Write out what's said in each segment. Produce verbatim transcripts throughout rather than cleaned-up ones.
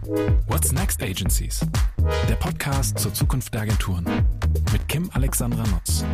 What's Next Agencies? Der Podcast zur Zukunft der Agenturen mit Kim Alexandra Nutz.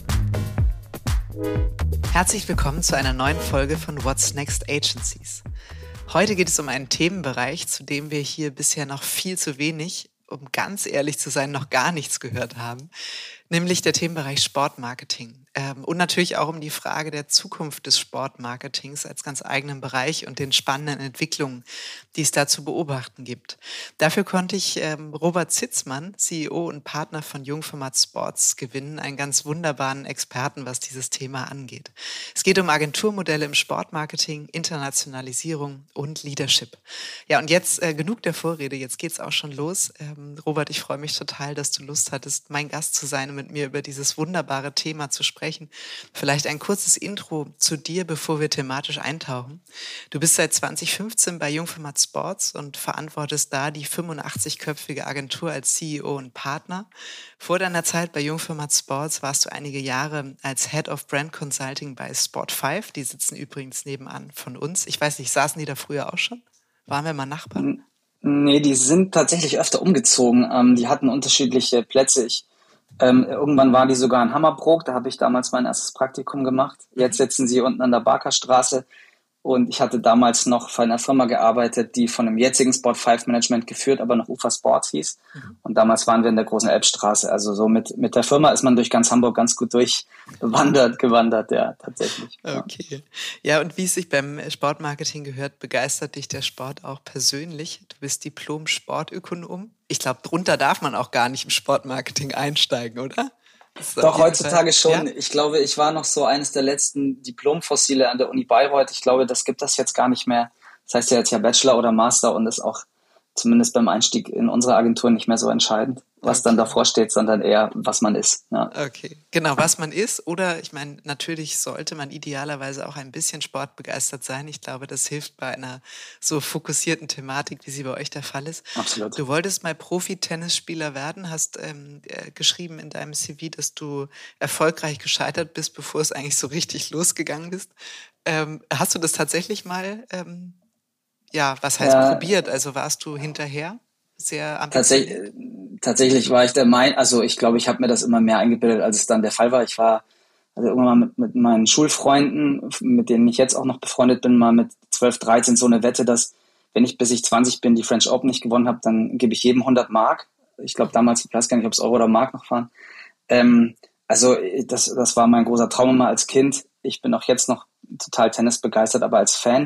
Herzlich willkommen zu einer neuen Folge von What's Next Agencies. Heute geht es um einen Themenbereich, zu dem wir hier bisher noch viel zu wenig, um ganz ehrlich zu sein, noch gar nichts gehört haben, nämlich der Themenbereich Sportmarketing. Ähm, und natürlich auch um die Frage der Zukunft des Sportmarketings als ganz eigenen Bereich und den spannenden Entwicklungen, die es da zu beobachten gibt. Dafür konnte ich ähm, Robert Zitzmann, C E O und Partner von Jungformat Sports, gewinnen, einen ganz wunderbaren Experten, was dieses Thema angeht. Es geht um Agenturmodelle im Sportmarketing, Internationalisierung und Leadership. Ja, und jetzt äh, genug der Vorrede, jetzt geht's auch schon los. Ähm, Robert, ich freue mich total, dass du Lust hattest, mein Gast zu sein und mit mir über dieses wunderbare Thema zu sprechen. Vielleicht ein kurzes Intro zu dir, bevor wir thematisch eintauchen. Du bist seit zwanzig fünfzehn bei Jungformat Sports und verantwortest da die fünfundachtzig-köpfige Agentur als C E O und Partner. Vor deiner Zeit bei Jungformat Sports warst du einige Jahre als Head of Brand Consulting bei Sport fünf. Die sitzen übrigens nebenan von uns. Ich weiß nicht, saßen die da früher auch schon? Waren wir mal Nachbarn? Nee, die sind tatsächlich öfter umgezogen. Ähm, die hatten unterschiedliche Plätze. Ich Ähm, irgendwann war die sogar in Hammerbrook, da habe ich damals mein erstes Praktikum gemacht. Jetzt sitzen sie unten an der Barkerstraße und ich hatte damals noch für eine Firma gearbeitet, die von dem jetzigen Sport fünf Management geführt, aber noch Ufa Sports hieß. Mhm. Und damals waren wir in der großen Elbstraße. Also so mit, mit der Firma ist man durch ganz Hamburg ganz gut durchgewandert, gewandert, ja, tatsächlich. Okay. Ja, und wie es sich beim Sportmarketing gehört, begeistert dich der Sport auch persönlich. Du bist Diplom-Sportökonom. Ich glaube, drunter darf man auch gar nicht im Sportmarketing einsteigen, oder? Doch, heutzutage Fall, schon. Ja? Ich glaube, ich war noch so eines der letzten Diplomfossile an der Uni Bayreuth. Ich glaube, das gibt das jetzt gar nicht mehr. Das heißt ja jetzt ja Bachelor oder Master und ist auch zumindest beim Einstieg in unsere Agentur nicht mehr so entscheidend, was okay. dann davor steht, sondern eher, was man ist. Ja. Okay, genau, was man ist. Oder ich meine, natürlich sollte man idealerweise auch ein bisschen sportbegeistert sein. Ich glaube, das hilft bei einer so fokussierten Thematik, wie sie bei euch der Fall ist. Absolut. Du wolltest mal Profi-Tennisspieler werden, hast ähm, geschrieben in deinem C V, dass du erfolgreich gescheitert bist, bevor es eigentlich so richtig losgegangen ist. Ähm, hast du das tatsächlich mal ähm, Ja, was heißt ja, probiert? Also warst du hinterher sehr ambitioniert? Tatsächlich, tatsächlich war ich der Meinung, also ich glaube, ich habe mir das immer mehr eingebildet, als es dann der Fall war. Ich war also irgendwann mal mit, mit meinen Schulfreunden, mit denen ich jetzt auch noch befreundet bin, mal mit zwölf, dreizehn so eine Wette, dass wenn ich bis ich zwanzig bin, die French Open nicht gewonnen habe, dann gebe ich jedem hundert Mark. Ich glaube damals, ich weiß gar nicht, ob es Euro oder Mark noch waren. Ähm, also das, das war mein großer Traum immer als Kind. Ich bin auch jetzt noch total Tennis begeistert, aber als Fan.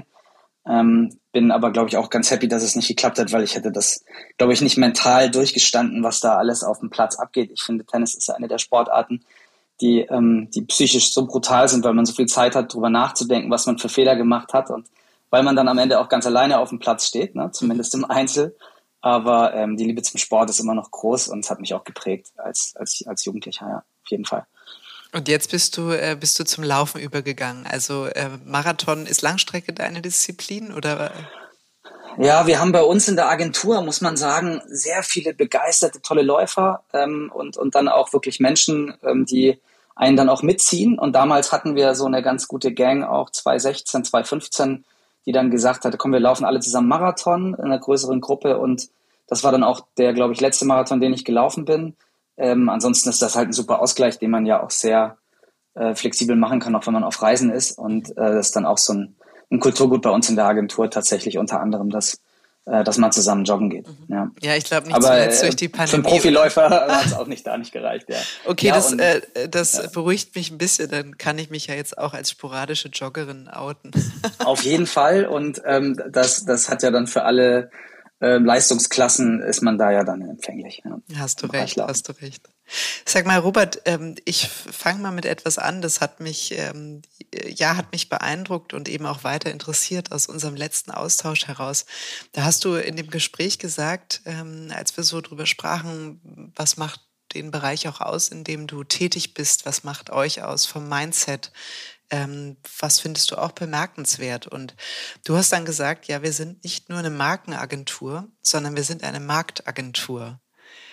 Ähm, bin aber, glaube ich, auch ganz happy, dass es nicht geklappt hat, weil ich hätte das, glaube ich, nicht mental durchgestanden, was da alles auf dem Platz abgeht. Ich finde, Tennis ist ja eine der Sportarten, die, ähm, die psychisch so brutal sind, weil man so viel Zeit hat, darüber nachzudenken, was man für Fehler gemacht hat und weil man dann am Ende auch ganz alleine auf dem Platz steht, ne? Zumindest im Einzel. Aber ähm, die Liebe zum Sport ist immer noch groß und es hat mich auch geprägt als, als, als Jugendlicher, ja, auf jeden Fall. Und jetzt bist du, äh, bist du zum Laufen übergegangen. Also äh, Marathon ist Langstrecke deine Disziplin oder? Ja, wir haben bei uns in der Agentur, muss man sagen, sehr viele begeisterte, tolle Läufer ähm, und, und dann auch wirklich Menschen, ähm, die einen dann auch mitziehen. Und damals hatten wir so eine ganz gute Gang, auch zwanzig sechzehn, zwanzig fünfzehn, die dann gesagt hatte, komm, wir laufen alle zusammen Marathon in einer größeren Gruppe. Und das war dann auch der, glaube ich, letzte Marathon, den ich gelaufen bin. Ähm, ansonsten ist das halt ein super Ausgleich, den man ja auch sehr äh, flexibel machen kann, auch wenn man auf Reisen ist. Und äh, das ist dann auch so ein, ein Kulturgut bei uns in der Agentur tatsächlich unter anderem, dass, äh, dass man zusammen joggen geht. Mhm. Ja, ja ich glaube nicht aber zuletzt äh, durch die Pandemie. Für einen Profiläufer hat es auch nicht da nicht gereicht. Ja. Okay, ja, das, und, äh, das ja. beruhigt mich ein bisschen. Dann kann ich mich ja jetzt auch als sporadische Joggerin outen. Auf jeden Fall. Und ähm, das, das hat ja dann für alle Ähm, Leistungsklassen ist man da ja dann empfänglich. Ja. Hast du recht, hast du recht. Sag mal, Robert, ähm, ich fange mal mit etwas an, das hat mich, ähm, ja, hat mich beeindruckt und eben auch weiter interessiert aus unserem letzten Austausch heraus. Da hast du in dem Gespräch gesagt, ähm, als wir so drüber sprachen, was macht den Bereich auch aus, in dem du tätig bist, was macht euch aus vom Mindset, Ähm, was findest du auch bemerkenswert? Und du hast dann gesagt, ja, wir sind nicht nur eine Markenagentur, sondern wir sind eine Marktagentur.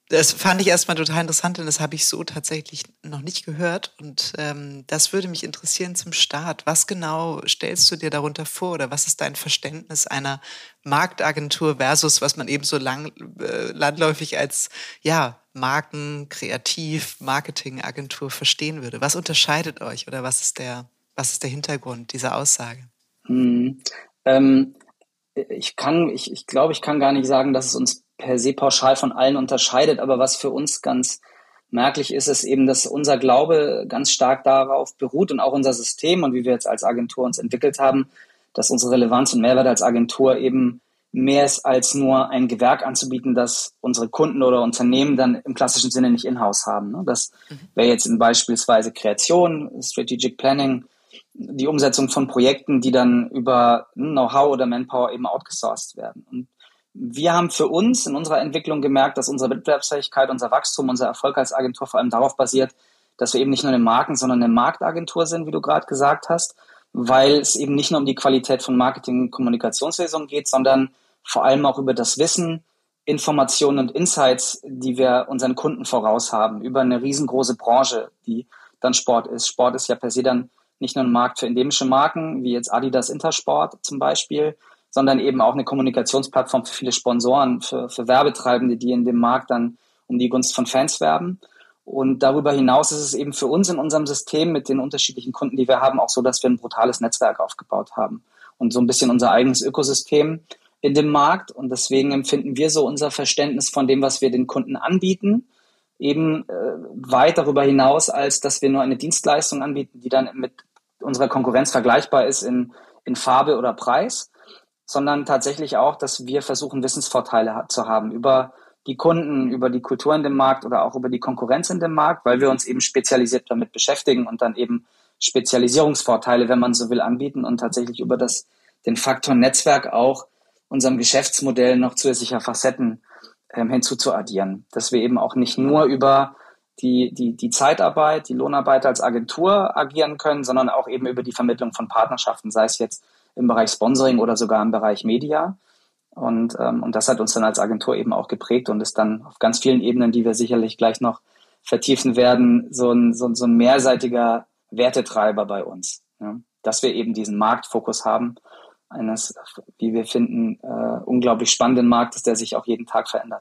Das fand ich erstmal total interessant, denn das habe ich so tatsächlich noch nicht gehört. Und ähm, das würde mich interessieren zum Start. Was genau stellst du dir darunter vor oder was ist dein Verständnis einer Marktagentur versus, was man eben so lang, äh, landläufig als ja, Marken-, Kreativ-, Marketingagentur verstehen würde? Was unterscheidet euch oder was ist der, was ist der Hintergrund dieser Aussage? Hm. Ähm, ich kann, ich, ich glaube, ich kann gar nicht sagen, dass es uns per se pauschal von allen unterscheidet, aber was für uns ganz merklich ist, ist eben, dass unser Glaube ganz stark darauf beruht und auch unser System und wie wir jetzt als Agentur uns entwickelt haben, dass unsere Relevanz und Mehrwert als Agentur eben mehr ist als nur ein Gewerk anzubieten, das unsere Kunden oder Unternehmen dann im klassischen Sinne nicht in-house haben. Das wäre jetzt in beispielsweise Kreation, Strategic Planning, die Umsetzung von Projekten, die dann über Know-how oder Manpower eben outgesourced werden. Und wir haben für uns in unserer Entwicklung gemerkt, dass unsere Wettbewerbsfähigkeit, unser Wachstum, unser Erfolg als Agentur vor allem darauf basiert, dass wir eben nicht nur eine Marken-, sondern eine Marktagentur sind, wie du gerade gesagt hast, weil es eben nicht nur um die Qualität von Marketing- und Kommunikationslösungen geht, sondern vor allem auch über das Wissen, Informationen und Insights, die wir unseren Kunden voraus haben, über eine riesengroße Branche, die dann Sport ist. Sport ist ja per se dann nicht nur ein Markt für endemische Marken, wie jetzt Adidas Intersport zum Beispiel, sondern eben auch eine Kommunikationsplattform für viele Sponsoren, für, für Werbetreibende, die in dem Markt dann um die Gunst von Fans werben. Und darüber hinaus ist es eben für uns in unserem System mit den unterschiedlichen Kunden, die wir haben, auch so, dass wir ein brutales Netzwerk aufgebaut haben und so ein bisschen unser eigenes Ökosystem in dem Markt. Und deswegen empfinden wir so unser Verständnis von dem, was wir den Kunden anbieten, eben äh, weit darüber hinaus, als dass wir nur eine Dienstleistung anbieten, die dann mit unserer Konkurrenz vergleichbar ist in, in Farbe oder Preis, sondern tatsächlich auch, dass wir versuchen, Wissensvorteile zu haben über die Kunden, über die Kultur in dem Markt oder auch über die Konkurrenz in dem Markt, weil wir uns eben spezialisiert damit beschäftigen und dann eben Spezialisierungsvorteile, wenn man so will, anbieten und tatsächlich über das, den Faktor Netzwerk auch unserem Geschäftsmodell noch zusätzliche Facetten ähm, hinzuzuaddieren. Dass wir eben auch nicht nur über die, die, die Zeitarbeit, die Lohnarbeit als Agentur agieren können, sondern auch eben über die Vermittlung von Partnerschaften, sei es jetzt im Bereich Sponsoring oder sogar im Bereich Media. Und, ähm, und das hat uns dann als Agentur eben auch geprägt und ist dann auf ganz vielen Ebenen, die wir sicherlich gleich noch vertiefen werden, so ein, so, so ein mehrseitiger Wertetreiber bei uns. Ja? Dass wir eben diesen Marktfokus haben, eines, wie wir finden, äh, unglaublich spannenden Marktes, der sich auch jeden Tag verändert.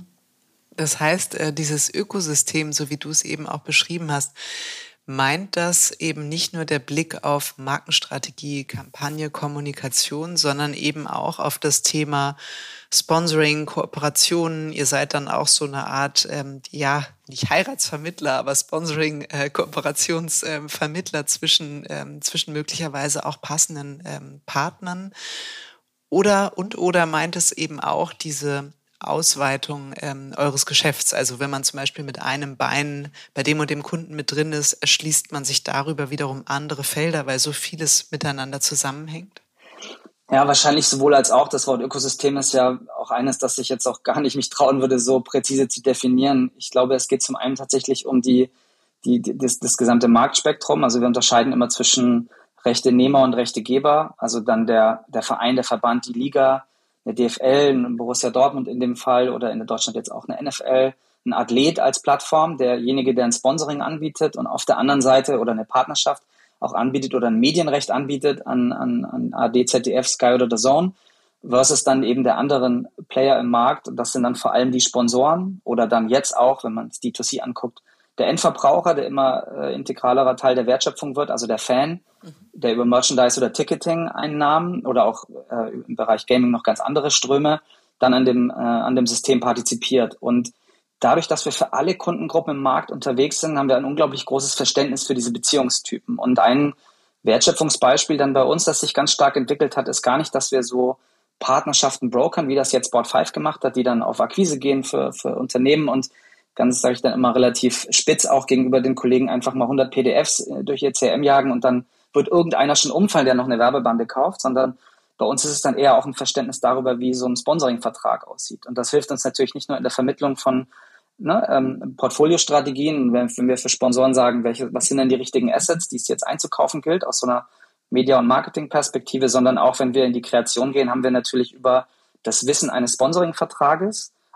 Das heißt, dieses Ökosystem, so wie du es eben auch beschrieben hast, meint das eben nicht nur der Blick auf Markenstrategie, Kampagne, Kommunikation, sondern eben auch auf das Thema Sponsoring, Kooperationen. Ihr seid dann auch so eine Art, ähm, ja, nicht Heiratsvermittler, aber Sponsoring, äh, Kooperationsvermittler ähm, zwischen, ähm, zwischen möglicherweise auch passenden ähm, Partnern. Oder und oder meint es eben auch diese Ausweitung ähm, eures Geschäfts. Also wenn man zum Beispiel mit einem Bein bei dem und dem Kunden mit drin ist, erschließt man sich darüber wiederum andere Felder, weil so vieles miteinander zusammenhängt? Ja, wahrscheinlich sowohl als auch. Das Wort Ökosystem ist ja auch eines, das ich jetzt auch gar nicht mich trauen würde, so präzise zu definieren. Ich glaube, es geht zum einen tatsächlich um die, die, die das, das gesamte Marktspektrum. Also wir unterscheiden immer zwischen Rechtenehmer und Rechtegeber. Also dann der, der Verein, der Verband, die Liga, eine D F L, ein Borussia Dortmund in dem Fall oder in Deutschland jetzt auch eine N F L, ein Athlet als Plattform, derjenige, der ein Sponsoring anbietet und auf der anderen Seite oder eine Partnerschaft auch anbietet oder ein Medienrecht anbietet an, an, an A R D, Z D F, Sky oder The Zone versus dann eben der anderen Player im Markt. Und das sind dann vor allem die Sponsoren oder dann jetzt auch, wenn man es D zwei C anguckt, der Endverbraucher, der immer äh, integralerer Teil der Wertschöpfung wird, also der Fan, der über Merchandise oder Ticketing-Einnahmen oder auch äh, im Bereich Gaming noch ganz andere Ströme dann an dem, äh, an dem System partizipiert. Und dadurch, dass wir für alle Kundengruppen im Markt unterwegs sind, haben wir ein unglaublich großes Verständnis für diese Beziehungstypen. Und ein Wertschöpfungsbeispiel dann bei uns, das sich ganz stark entwickelt hat, ist gar nicht, dass wir so Partnerschaften brokern, wie das jetzt Sport fünf gemacht hat, die dann auf Akquise gehen für, für Unternehmen und ganz, sage ich dann immer relativ spitz auch gegenüber den Kollegen einfach mal hundert P D Fs durch ihr C R M jagen und dann wird irgendeiner schon umfallen, der noch eine Werbebande kauft, sondern bei uns ist es dann eher auch ein Verständnis darüber, wie so ein Sponsoring-Vertrag aussieht. Und das hilft uns natürlich nicht nur in der Vermittlung von ne, ähm, Portfoliostrategien, wenn, wenn wir für Sponsoren sagen, welche, was sind denn die richtigen Assets, die es jetzt einzukaufen gilt, aus so einer Media- und Marketing-Perspektive, sondern auch wenn wir in die Kreation gehen, haben wir natürlich über das Wissen eines Sponsoring-Vertrages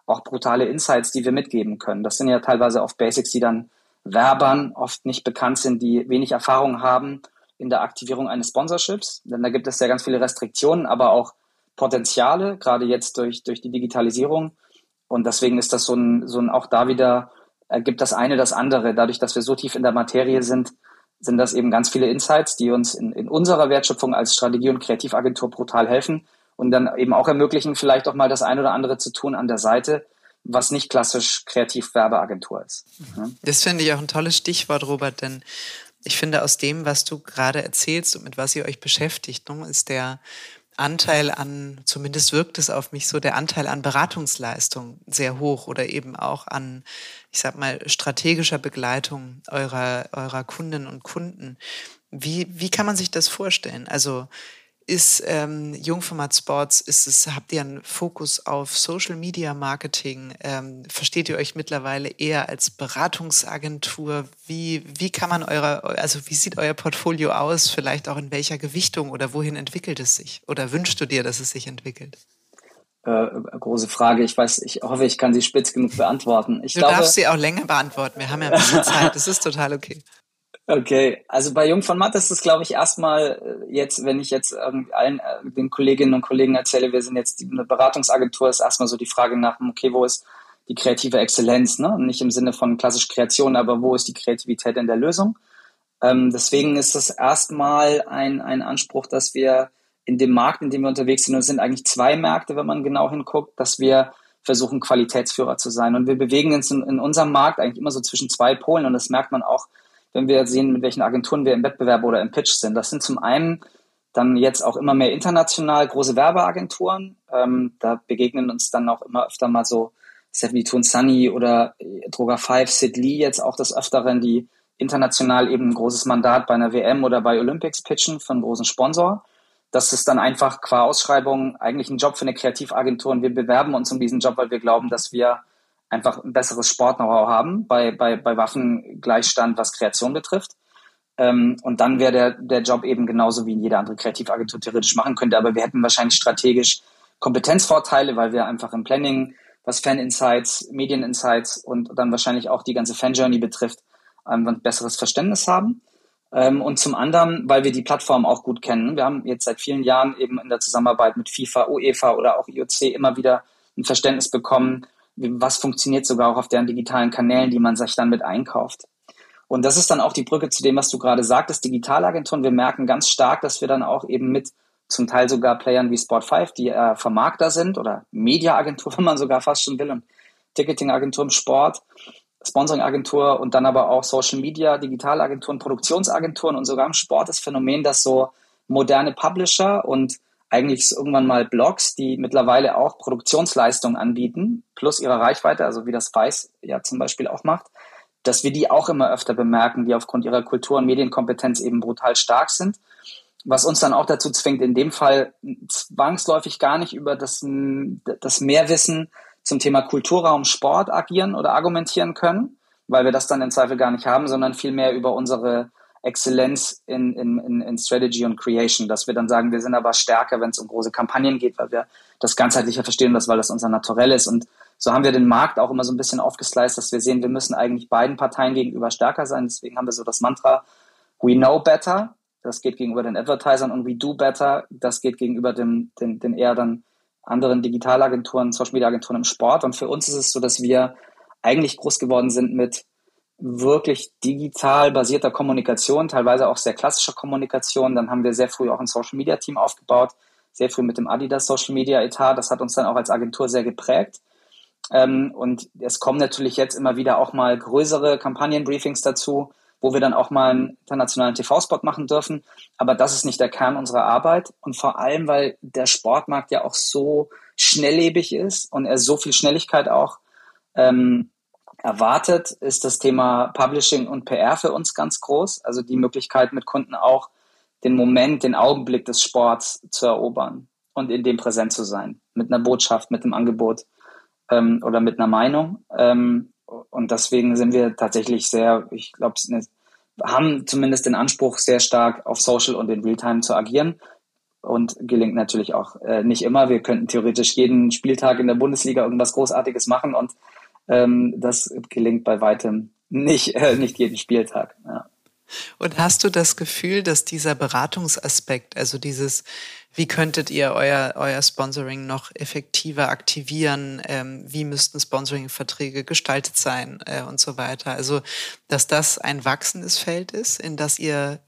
auch brutale Insights, die wir mitgeben können. Das sind ja teilweise oft Basics, die dann Werbern oft nicht bekannt sind, die wenig Erfahrung haben in der Aktivierung eines Sponsorships. Denn da gibt es ja ganz viele Restriktionen, aber auch Potenziale, gerade jetzt durch, durch die Digitalisierung. Und deswegen ist das so ein, so ein auch da wieder, ergibt das eine das andere. Dadurch, dass wir so tief in der Materie sind, sind das eben ganz viele Insights, die uns in, in unserer Wertschöpfung als Strategie- und Kreativagentur brutal helfen und dann eben auch ermöglichen, vielleicht auch mal das ein oder andere zu tun an der Seite, was nicht klassisch Kreativ-Werbeagentur ist. Ja. Das finde ich auch ein tolles Stichwort, Robert, denn ich finde, aus dem, was du gerade erzählst und mit was ihr euch beschäftigt, ist der Anteil an, zumindest wirkt es auf mich so, der Anteil an Beratungsleistung sehr hoch oder eben auch an, ich sag mal, strategischer Begleitung eurer, eurer Kundinnen und Kunden. Wie, wie kann man sich das vorstellen? Also ist ähm, Jungformat Sports, ist es, habt ihr einen Fokus auf Social Media Marketing? Ähm, versteht ihr euch mittlerweile eher als Beratungsagentur? Wie, wie kann man eure, also wie sieht euer Portfolio aus? Vielleicht auch in welcher Gewichtung oder wohin entwickelt es sich? Oder wünschst du dir, dass es sich entwickelt? Äh, große Frage. Ich weiß, ich hoffe, ich kann sie spitz genug beantworten. Ich du glaube, darfst sie auch länger beantworten. Wir haben ja ein bisschen Zeit. Das ist total okay. Okay, also bei Jungformat ist es, glaube ich, erstmal jetzt, wenn ich jetzt ähm, allen äh, den Kolleginnen und Kollegen erzähle, wir sind jetzt eine Beratungsagentur, ist erstmal so die Frage nach, okay, wo ist die kreative Exzellenz, ne? Nicht im Sinne von klassisch Kreation, aber wo ist die Kreativität in der Lösung? Ähm, deswegen ist das erstmal ein, ein Anspruch, dass wir in dem Markt, in dem wir unterwegs sind, und es sind eigentlich zwei Märkte, wenn man genau hinguckt, dass wir versuchen, Qualitätsführer zu sein. Und wir bewegen uns in, in unserem Markt eigentlich immer so zwischen zwei Polen und das merkt man auch, wenn wir sehen, mit welchen Agenturen wir im Wettbewerb oder im Pitch sind. Das sind zum einen dann jetzt auch immer mehr international große Werbeagenturen. Ähm, da begegnen uns dann auch immer öfter mal so seventy-two and Sunny oder Droga fünf, Sid Lee jetzt auch des Öfteren, die international eben ein großes Mandat bei einer W M oder bei Olympics pitchen für einen großen Sponsor. Das ist dann einfach qua Ausschreibung eigentlich ein Job für eine Kreativagentur und wir bewerben uns um diesen Job, weil wir glauben, dass wir einfach ein besseres Sport-Know-how haben bei, bei, bei Waffengleichstand, was Kreation betrifft. Ähm, und dann wäre der, der Job eben genauso wie in jeder andere Kreativagentur theoretisch machen könnte. Aber wir hätten wahrscheinlich strategisch Kompetenzvorteile, weil wir einfach im Planning, was Fan-Insights, Medien-Insights und dann wahrscheinlich auch die ganze Fan-Journey betrifft, ähm, ein besseres Verständnis haben. Ähm, und zum anderen, weil wir die Plattform auch gut kennen. Wir haben jetzt seit vielen Jahren eben in der Zusammenarbeit mit FIFA, UEFA oder auch I O C immer wieder ein Verständnis bekommen, was funktioniert sogar auch auf deren digitalen Kanälen, die man sich dann mit einkauft. Und das ist dann auch die Brücke zu dem, was du gerade sagtest, Digitalagenturen. Wir merken ganz stark, dass wir dann auch eben mit zum Teil sogar Playern wie Sport fünf, die äh, Vermarkter sind oder Mediaagentur, wenn man sogar fast schon will, und Ticketingagentur im Sport, Sponsoringagentur und dann aber auch Social Media, Digitalagenturen, Produktionsagenturen und sogar im Sport das Phänomen, dass so moderne Publisher und eigentlich irgendwann mal Blogs, die mittlerweile auch Produktionsleistungen anbieten, plus ihre Reichweite, also wie das Weiß ja zum Beispiel auch macht, dass wir die auch immer öfter bemerken, die aufgrund ihrer Kultur- und Medienkompetenz eben brutal stark sind, was uns dann auch dazu zwingt, in dem Fall zwangsläufig gar nicht über das, das Mehrwissen zum Thema Kulturraum Sport agieren oder argumentieren können, weil wir das dann im Zweifel gar nicht haben, sondern vielmehr über unsere Exzellenz in, in, in Strategy und Creation, dass wir dann sagen, wir sind aber stärker, wenn es um große Kampagnen geht, weil wir das ganzheitlicher verstehen, das, weil das unser Naturell ist. Und so haben wir den Markt auch immer so ein bisschen aufgesliced, dass wir sehen, wir müssen eigentlich beiden Parteien gegenüber stärker sein. Deswegen haben wir so das Mantra, we know better, das geht gegenüber den Advertisern, und we do better, das geht gegenüber dem, den, den eher dann anderen Digitalagenturen, Social-Media-Agenturen im Sport. Und für uns ist es so, dass wir eigentlich groß geworden sind mit wirklich digital basierter Kommunikation, teilweise auch sehr klassischer Kommunikation. Dann haben wir sehr früh auch ein Social-Media-Team aufgebaut, sehr früh mit dem Adidas Social-Media-Etat. Das hat uns dann auch als Agentur sehr geprägt. Ähm, und es kommen natürlich jetzt immer wieder auch mal größere Kampagnenbriefings dazu, wo wir dann auch mal einen internationalen T V-Spot machen dürfen. Aber das ist nicht der Kern unserer Arbeit. Und vor allem, weil der Sportmarkt ja auch so schnelllebig ist und er so viel Schnelligkeit auch ähm, erwartet, ist das Thema Publishing und P R für uns ganz groß. Also die Möglichkeit, mit Kunden auch den Moment, den Augenblick des Sports zu erobern und in dem präsent zu sein. Mit einer Botschaft, mit einem Angebot ähm, oder mit einer Meinung. Ähm, und deswegen sind wir tatsächlich sehr, ich glaube, haben zumindest den Anspruch, sehr stark auf Social und in Realtime zu agieren. und gelingt natürlich auch äh, nicht immer. Wir könnten theoretisch jeden Spieltag in der Bundesliga irgendwas Großartiges machen und ähm, das gelingt bei weitem nicht, äh, nicht jeden Spieltag. Ja. Und hast du das Gefühl, dass dieser Beratungsaspekt, also dieses, wie könntet ihr euer, euer Sponsoring noch effektiver aktivieren, ähm, wie müssten Sponsoring-Verträge gestaltet sein äh, und so weiter, also dass das ein wachsendes Feld ist, in das ihr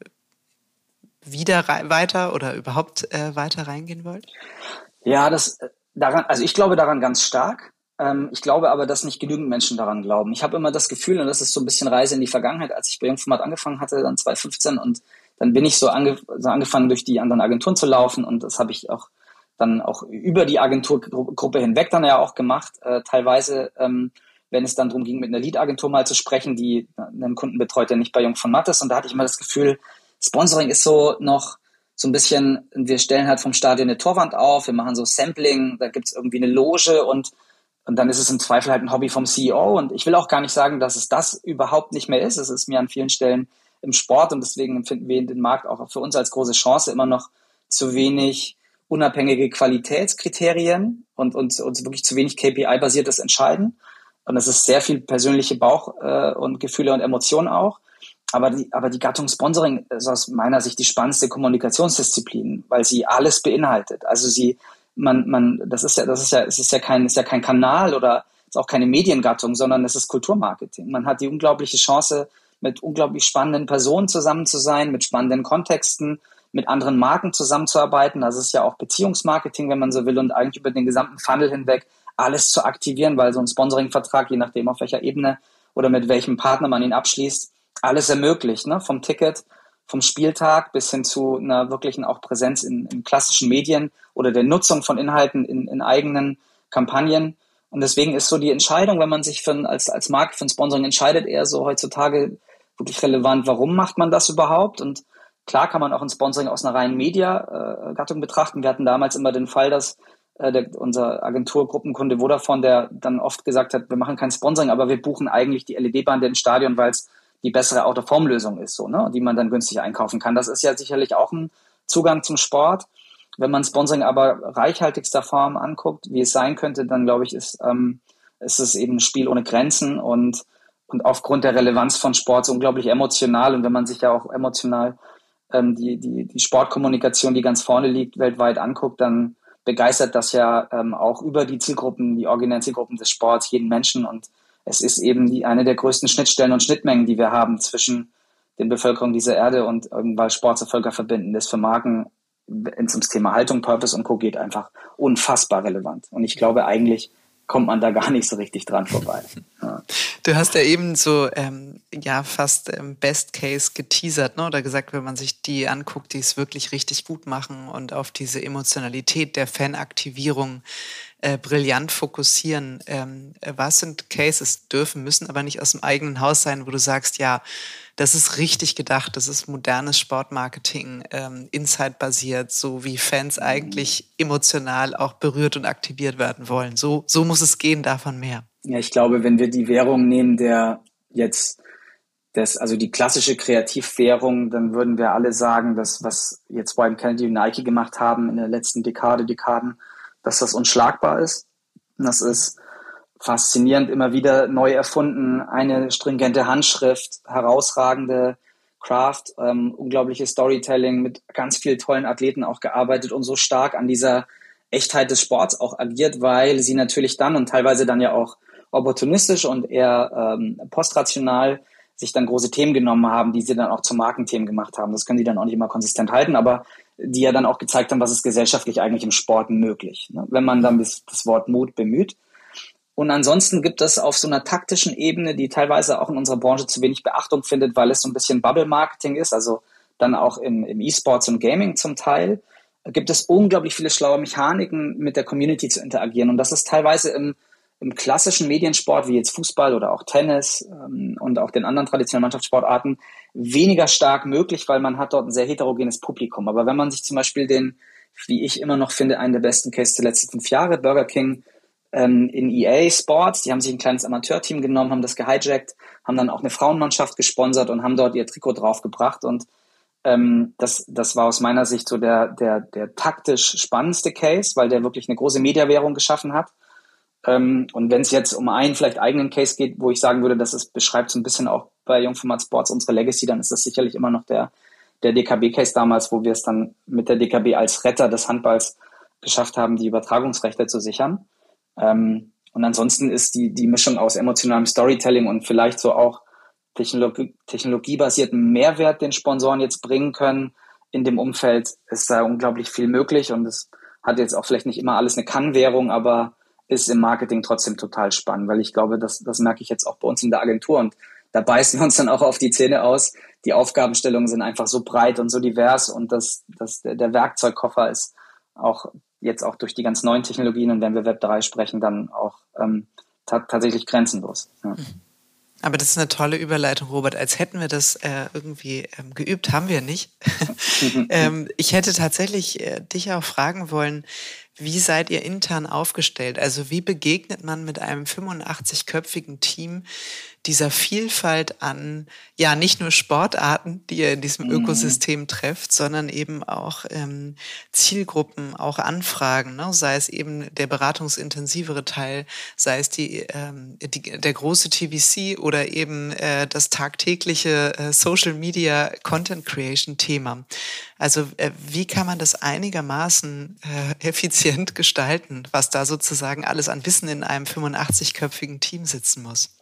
wieder rei- weiter oder überhaupt äh, weiter reingehen wollt? Ja, das daran, also ich glaube daran ganz stark. Ähm, ich glaube aber, dass nicht genügend Menschen daran glauben. Ich habe immer das Gefühl, und das ist so ein bisschen Reise in die Vergangenheit, als ich bei Jungformat angefangen hatte, dann zwanzig fünfzehn, und dann bin ich so, ange, so angefangen, durch die anderen Agenturen zu laufen, und das habe ich auch dann auch über die Agenturgruppe hinweg dann ja auch gemacht, äh, teilweise, ähm, wenn es dann darum ging, mit einer Lead-Agentur mal zu sprechen, die einen Kunden betreut, der nicht bei Jungformat ist, und da hatte ich immer das Gefühl, Sponsoring ist so noch so ein bisschen, wir stellen halt vom Stadion eine Torwand auf, wir machen so Sampling, da gibt's irgendwie eine Loge, und Und dann ist es im Zweifel halt ein Hobby vom C E O. Und ich will auch gar nicht sagen, dass es das überhaupt nicht mehr ist. Es ist mir an vielen Stellen im Sport, und deswegen empfinden wir den Markt auch für uns als große Chance, immer noch zu wenig unabhängige Qualitätskriterien und uns und wirklich zu wenig K P I-basiertes Entscheiden. Und es ist sehr viel persönliche Bauch- äh, und Gefühle und Emotionen auch. Aber die, aber die Gattung Sponsoring ist aus meiner Sicht die spannendste Kommunikationsdisziplin, weil sie alles beinhaltet. Also sie Man, man, das ist ja, das ist ja, es ist ja kein, ist ja kein Kanal oder ist auch keine Mediengattung, sondern es ist Kulturmarketing. Man hat die unglaubliche Chance, mit unglaublich spannenden Personen zusammen zu sein, mit spannenden Kontexten, mit anderen Marken zusammenzuarbeiten. Das ist ja auch Beziehungsmarketing, wenn man so will, und eigentlich über den gesamten Funnel hinweg alles zu aktivieren, weil so ein Sponsoring-Vertrag, je nachdem auf welcher Ebene oder mit welchem Partner man ihn abschließt, alles ermöglicht, ne? Vom Ticket, vom Spieltag bis hin zu einer wirklichen auch Präsenz in, in klassischen Medien oder der Nutzung von Inhalten in, in eigenen Kampagnen. Und deswegen ist so die Entscheidung, wenn man sich für, als, als Marke für ein Sponsoring entscheidet, eher so heutzutage wirklich relevant, warum macht man das überhaupt? Und klar kann man auch ein Sponsoring aus einer reinen Media-Gattung äh, betrachten. Wir hatten damals immer den Fall, dass äh, der, unser Agenturgruppenkunde Vodafone, der dann oft gesagt hat, wir machen kein Sponsoring, aber wir buchen eigentlich die L E D-Bande im Stadion, weil es die bessere Out-of-Form-Lösung ist, so, ne, die man dann günstig einkaufen kann. Das ist ja sicherlich auch ein Zugang zum Sport. Wenn man Sponsoring aber reichhaltigster Form anguckt, wie es sein könnte, dann glaube ich, ist, ähm, ist es eben ein Spiel ohne Grenzen und, und aufgrund der Relevanz von Sport so unglaublich emotional. Und wenn man sich ja auch emotional ähm, die, die, die Sportkommunikation, die ganz vorne liegt, weltweit anguckt, dann begeistert das ja ähm, auch über die Zielgruppen, die originären Zielgruppen des Sports, jeden Menschen. Und es ist eben die, eine der größten Schnittstellen und Schnittmengen, die wir haben zwischen den Bevölkerungen dieser Erde, und weil Sport zu Völker verbinden ist für Marken, wenn es ums Thema Haltung, Purpose und Co. geht, einfach unfassbar relevant. Und ich glaube, eigentlich kommt man da gar nicht so richtig dran vorbei. Ja. Du hast ja eben so ähm, ja fast ähm, Best Case geteasert, ne? Oder gesagt, wenn man sich die anguckt, die es wirklich richtig gut machen und auf diese Emotionalität der Fanaktivierung äh, brillant fokussieren. Ähm, was sind Cases, dürfen, müssen aber nicht aus dem eigenen Haus sein, wo du sagst, ja, das ist richtig gedacht, das ist modernes Sportmarketing, ähm, Insight-basiert, so wie Fans eigentlich emotional auch berührt und aktiviert werden wollen. So, so muss es gehen, davon mehr. Ja, ich glaube, wenn wir die Währung nehmen, der jetzt das, also die klassische Kreativwährung, dann würden wir alle sagen, dass was jetzt Wieden Kennedy und Nike gemacht haben in der letzten Dekade, Dekaden, dass das unschlagbar ist. Das ist faszinierend, immer wieder neu erfunden, eine stringente Handschrift, herausragende Craft, ähm, unglaubliches Storytelling, mit ganz vielen tollen Athleten auch gearbeitet und so stark an dieser Echtheit des Sports auch agiert, weil sie natürlich dann und teilweise dann ja auch opportunistisch und eher ähm, postrational sich dann große Themen genommen haben, die sie dann auch zu Markenthemen gemacht haben. Das können die dann auch nicht immer konsistent halten, aber die ja dann auch gezeigt haben, was ist gesellschaftlich eigentlich im Sport möglich, ne? Wenn man dann das, das Wort Mut bemüht. Und ansonsten gibt es auf so einer taktischen Ebene, die teilweise auch in unserer Branche zu wenig Beachtung findet, weil es so ein bisschen Bubble-Marketing ist, also dann auch im, im E-Sports und Gaming zum Teil, gibt es unglaublich viele schlaue Mechaniken, mit der Community zu interagieren. Und das ist teilweise im, im klassischen Mediensport, wie jetzt Fußball oder auch Tennis ähm, und auch den anderen traditionellen Mannschaftssportarten, weniger stark möglich, weil man hat dort ein sehr heterogenes Publikum. Aber wenn man sich zum Beispiel den, wie ich immer noch finde, einen der besten Cases der letzten fünf Jahre, Burger King, in E A Sports, die haben sich ein kleines Amateurteam genommen, haben das gehijackt, haben dann auch eine Frauenmannschaft gesponsert und haben dort ihr Trikot draufgebracht. Und Ähm, das, das war aus meiner Sicht so der, der, der taktisch spannendste Case, weil der wirklich eine große Mediawährung geschaffen hat. Ähm, und wenn es jetzt um einen vielleicht eigenen Case geht, wo ich sagen würde, das ist, beschreibt so ein bisschen auch bei Jungformat Sports unsere Legacy, dann ist das sicherlich immer noch der, der D K B-Case damals, wo wir es dann mit der D K B als Retter des Handballs geschafft haben, die Übertragungsrechte zu sichern. Ähm, und ansonsten ist die, die Mischung aus emotionalem Storytelling und vielleicht so auch Technologie, technologiebasierten Mehrwert, den Sponsoren jetzt bringen können in dem Umfeld, ist da unglaublich viel möglich. Und es hat jetzt auch vielleicht nicht immer alles eine Kann-Währung, aber ist im Marketing trotzdem total spannend, weil ich glaube, das, das merke ich jetzt auch bei uns in der Agentur und da beißen wir uns dann auch auf die Zähne aus. Die Aufgabenstellungen sind einfach so breit und so divers und das, das, der, der Werkzeugkoffer ist auch jetzt auch durch die ganz neuen Technologien und wenn wir Web drei sprechen, dann auch ähm, ta- tatsächlich grenzenlos. Ja. Aber das ist eine tolle Überleitung, Robert. Als hätten wir das äh, irgendwie ähm, geübt, haben wir nicht. ähm, ich hätte tatsächlich äh, dich auch fragen wollen, wie seid ihr intern aufgestellt? Also wie begegnet man mit einem fünfundachtzig-köpfigen Team dieser Vielfalt an, ja, nicht nur Sportarten, die ihr in diesem mhm. Ökosystem trefft, sondern eben auch ähm, Zielgruppen, auch Anfragen, ne? Sei es eben der beratungsintensivere Teil, sei es die, ähm, die der große T V C oder eben äh, das tagtägliche äh, Social Media Content Creation Thema. Also äh, wie kann man das einigermaßen äh, effizient gestalten, was da sozusagen alles an Wissen in einem fünfundachtzig-köpfigen Team sitzen muss?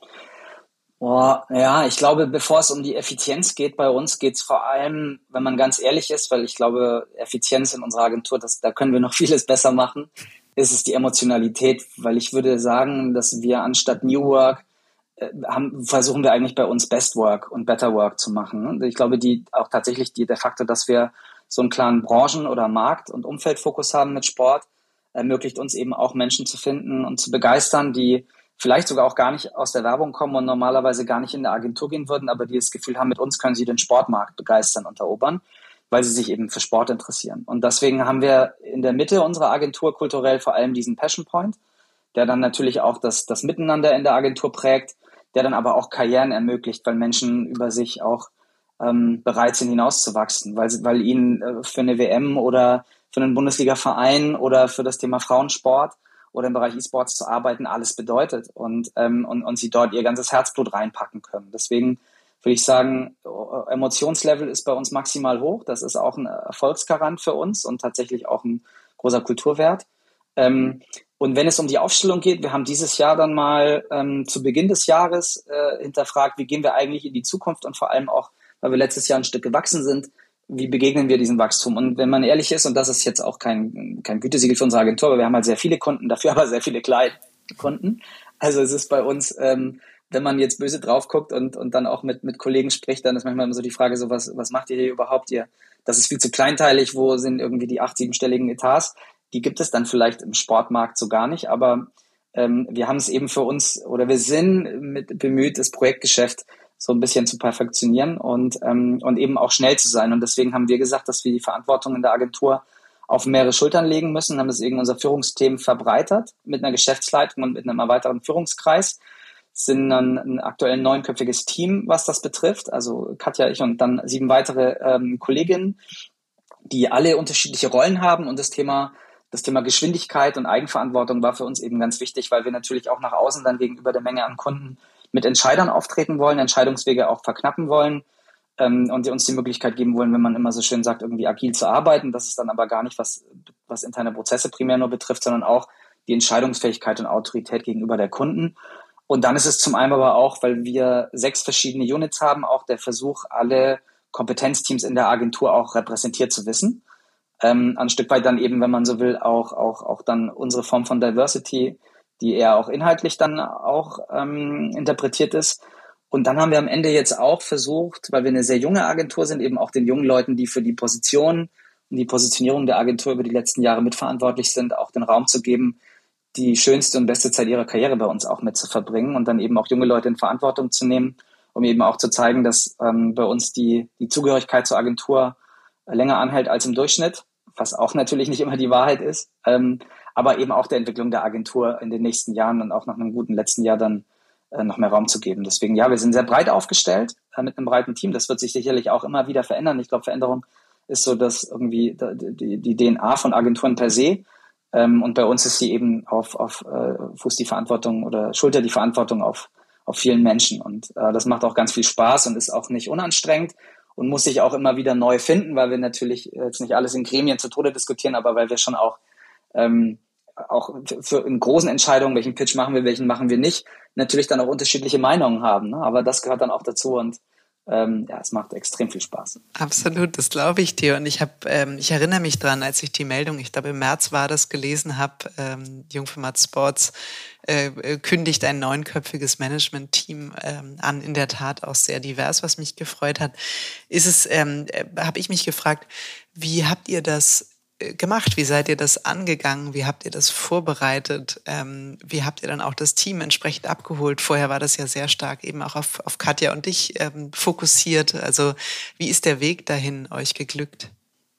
Boah, ja, ich glaube, bevor es um die Effizienz geht, bei uns geht es vor allem, wenn man ganz ehrlich ist, weil ich glaube, Effizienz in unserer Agentur, das, da können wir noch vieles besser machen, ist es die Emotionalität, weil ich würde sagen, dass wir anstatt New Work äh, haben, versuchen wir eigentlich bei uns Best Work und Better Work zu machen. Und ich glaube, die auch tatsächlich die, der Faktor, dass wir so einen klaren Branchen- oder Markt- und Umfeldfokus haben mit Sport, ermöglicht uns eben auch Menschen zu finden und zu begeistern, die vielleicht sogar auch gar nicht aus der Werbung kommen und normalerweise gar nicht in der Agentur gehen würden, aber die das Gefühl haben, mit uns können sie den Sportmarkt begeistern und erobern, weil sie sich eben für Sport interessieren. Und deswegen haben wir in der Mitte unserer Agentur kulturell vor allem diesen Passion Point, der dann natürlich auch das, das Miteinander in der Agentur prägt, der dann aber auch Karrieren ermöglicht, weil Menschen über sich auch ähm, bereit sind, hinauszuwachsen, weil, weil ihnen äh, für eine W M oder für einen Bundesliga-Verein oder für das Thema Frauensport oder im Bereich E-Sports zu arbeiten, alles bedeutet und, ähm, und, und sie dort ihr ganzes Herzblut reinpacken können. Deswegen würde ich sagen, Emotionslevel ist bei uns maximal hoch. Das ist auch ein Erfolgsgarant für uns und tatsächlich auch ein großer Kulturwert. Ähm, und wenn es um die Aufstellung geht, wir haben dieses Jahr dann mal ähm, zu Beginn des Jahres äh, hinterfragt, wie gehen wir eigentlich in die Zukunft und vor allem auch, weil wir letztes Jahr ein Stück gewachsen sind, wie begegnen wir diesem Wachstum? Und wenn man ehrlich ist, und das ist jetzt auch kein, kein Gütesiegel für unsere Agentur, aber wir haben halt sehr viele Kunden, dafür aber sehr viele kleine Kunden. Also es ist bei uns, ähm, wenn man jetzt böse drauf guckt und, und dann auch mit, mit Kollegen spricht, dann ist manchmal immer so die Frage, so was, was macht ihr hier überhaupt? Ihr, das ist viel zu kleinteilig, wo sind irgendwie die acht-, siebenstelligen Etats? Die gibt es dann vielleicht im Sportmarkt so gar nicht, aber ähm, wir haben es eben für uns, oder wir sind mit bemüht, das Projektgeschäft so ein bisschen zu perfektionieren und, ähm, und eben auch schnell zu sein. Und deswegen haben wir gesagt, dass wir die Verantwortung in der Agentur auf mehrere Schultern legen müssen, haben deswegen unser Führungsteam verbreitert mit einer Geschäftsleitung und mit einem erweiterten Führungskreis. Es sind dann ein aktuell neunköpfiges Team, was das betrifft. Also Katja, ich und dann sieben weitere ähm, Kolleginnen, die alle unterschiedliche Rollen haben. Und das Thema, das Thema Geschwindigkeit und Eigenverantwortung war für uns eben ganz wichtig, weil wir natürlich auch nach außen dann gegenüber der Menge an Kunden mit Entscheidern auftreten wollen, Entscheidungswege auch verknappen wollen ähm, und uns die Möglichkeit geben wollen, wenn man immer so schön sagt, irgendwie agil zu arbeiten. Das ist dann aber gar nicht, was, was interne Prozesse primär nur betrifft, sondern auch die Entscheidungsfähigkeit und Autorität gegenüber der Kunden. Und dann ist es zum einen aber auch, weil wir sechs verschiedene Units haben, auch der Versuch, alle Kompetenzteams in der Agentur auch repräsentiert zu wissen. Ähm, ein Stück weit dann eben, wenn man so will, auch, auch, auch dann unsere Form von Diversity, die eher auch inhaltlich dann auch ähm, interpretiert ist. Und dann haben wir am Ende jetzt auch versucht, weil wir eine sehr junge Agentur sind, eben auch den jungen Leuten, die für die Position und die Positionierung der Agentur über die letzten Jahre mitverantwortlich sind, auch den Raum zu geben, die schönste und beste Zeit ihrer Karriere bei uns auch mit zu verbringen und dann eben auch junge Leute in Verantwortung zu nehmen, um eben auch zu zeigen, dass ähm, bei uns die, die Zugehörigkeit zur Agentur länger anhält als im Durchschnitt, was auch natürlich nicht immer die Wahrheit ist. Ähm, aber eben auch der Entwicklung der Agentur in den nächsten Jahren und auch nach einem guten letzten Jahr dann äh, noch mehr Raum zu geben. Deswegen, ja, wir sind sehr breit aufgestellt, äh, mit einem breiten Team. Das wird sich sicherlich auch immer wieder verändern. Ich glaube, Veränderung ist so dass irgendwie die, die D N A von Agenturen per se. Ähm, und bei uns ist sie eben auf, auf äh, Fuß die Verantwortung oder Schulter die Verantwortung auf, auf vielen Menschen. Und äh, das macht auch ganz viel Spaß und ist auch nicht unanstrengend und muss sich auch immer wieder neu finden, weil wir natürlich jetzt nicht alles in Gremien zu Tode diskutieren, aber weil wir schon auch ähm, auch für in großen Entscheidungen, welchen Pitch machen wir, welchen machen wir nicht, natürlich dann auch unterschiedliche Meinungen haben. Ne? Aber das gehört dann auch dazu und ähm, ja, es macht extrem viel Spaß. Absolut, das glaube ich dir. Und ich habe, ähm, ich erinnere mich dran, als ich die Meldung, ich glaube im März war das, gelesen habe, ähm, Jungformat Sports äh, kündigt ein neunköpfiges Management-Team ähm, an, in der Tat auch sehr divers, was mich gefreut hat. Ist es, ähm, äh, habe ich mich gefragt, wie habt ihr das gemacht? Wie seid ihr das angegangen? Wie habt ihr das vorbereitet? Ähm, wie habt ihr dann auch das Team entsprechend abgeholt? Vorher war das ja sehr stark eben auch auf, auf Katja und dich ähm, fokussiert. Also wie ist der Weg dahin euch geglückt?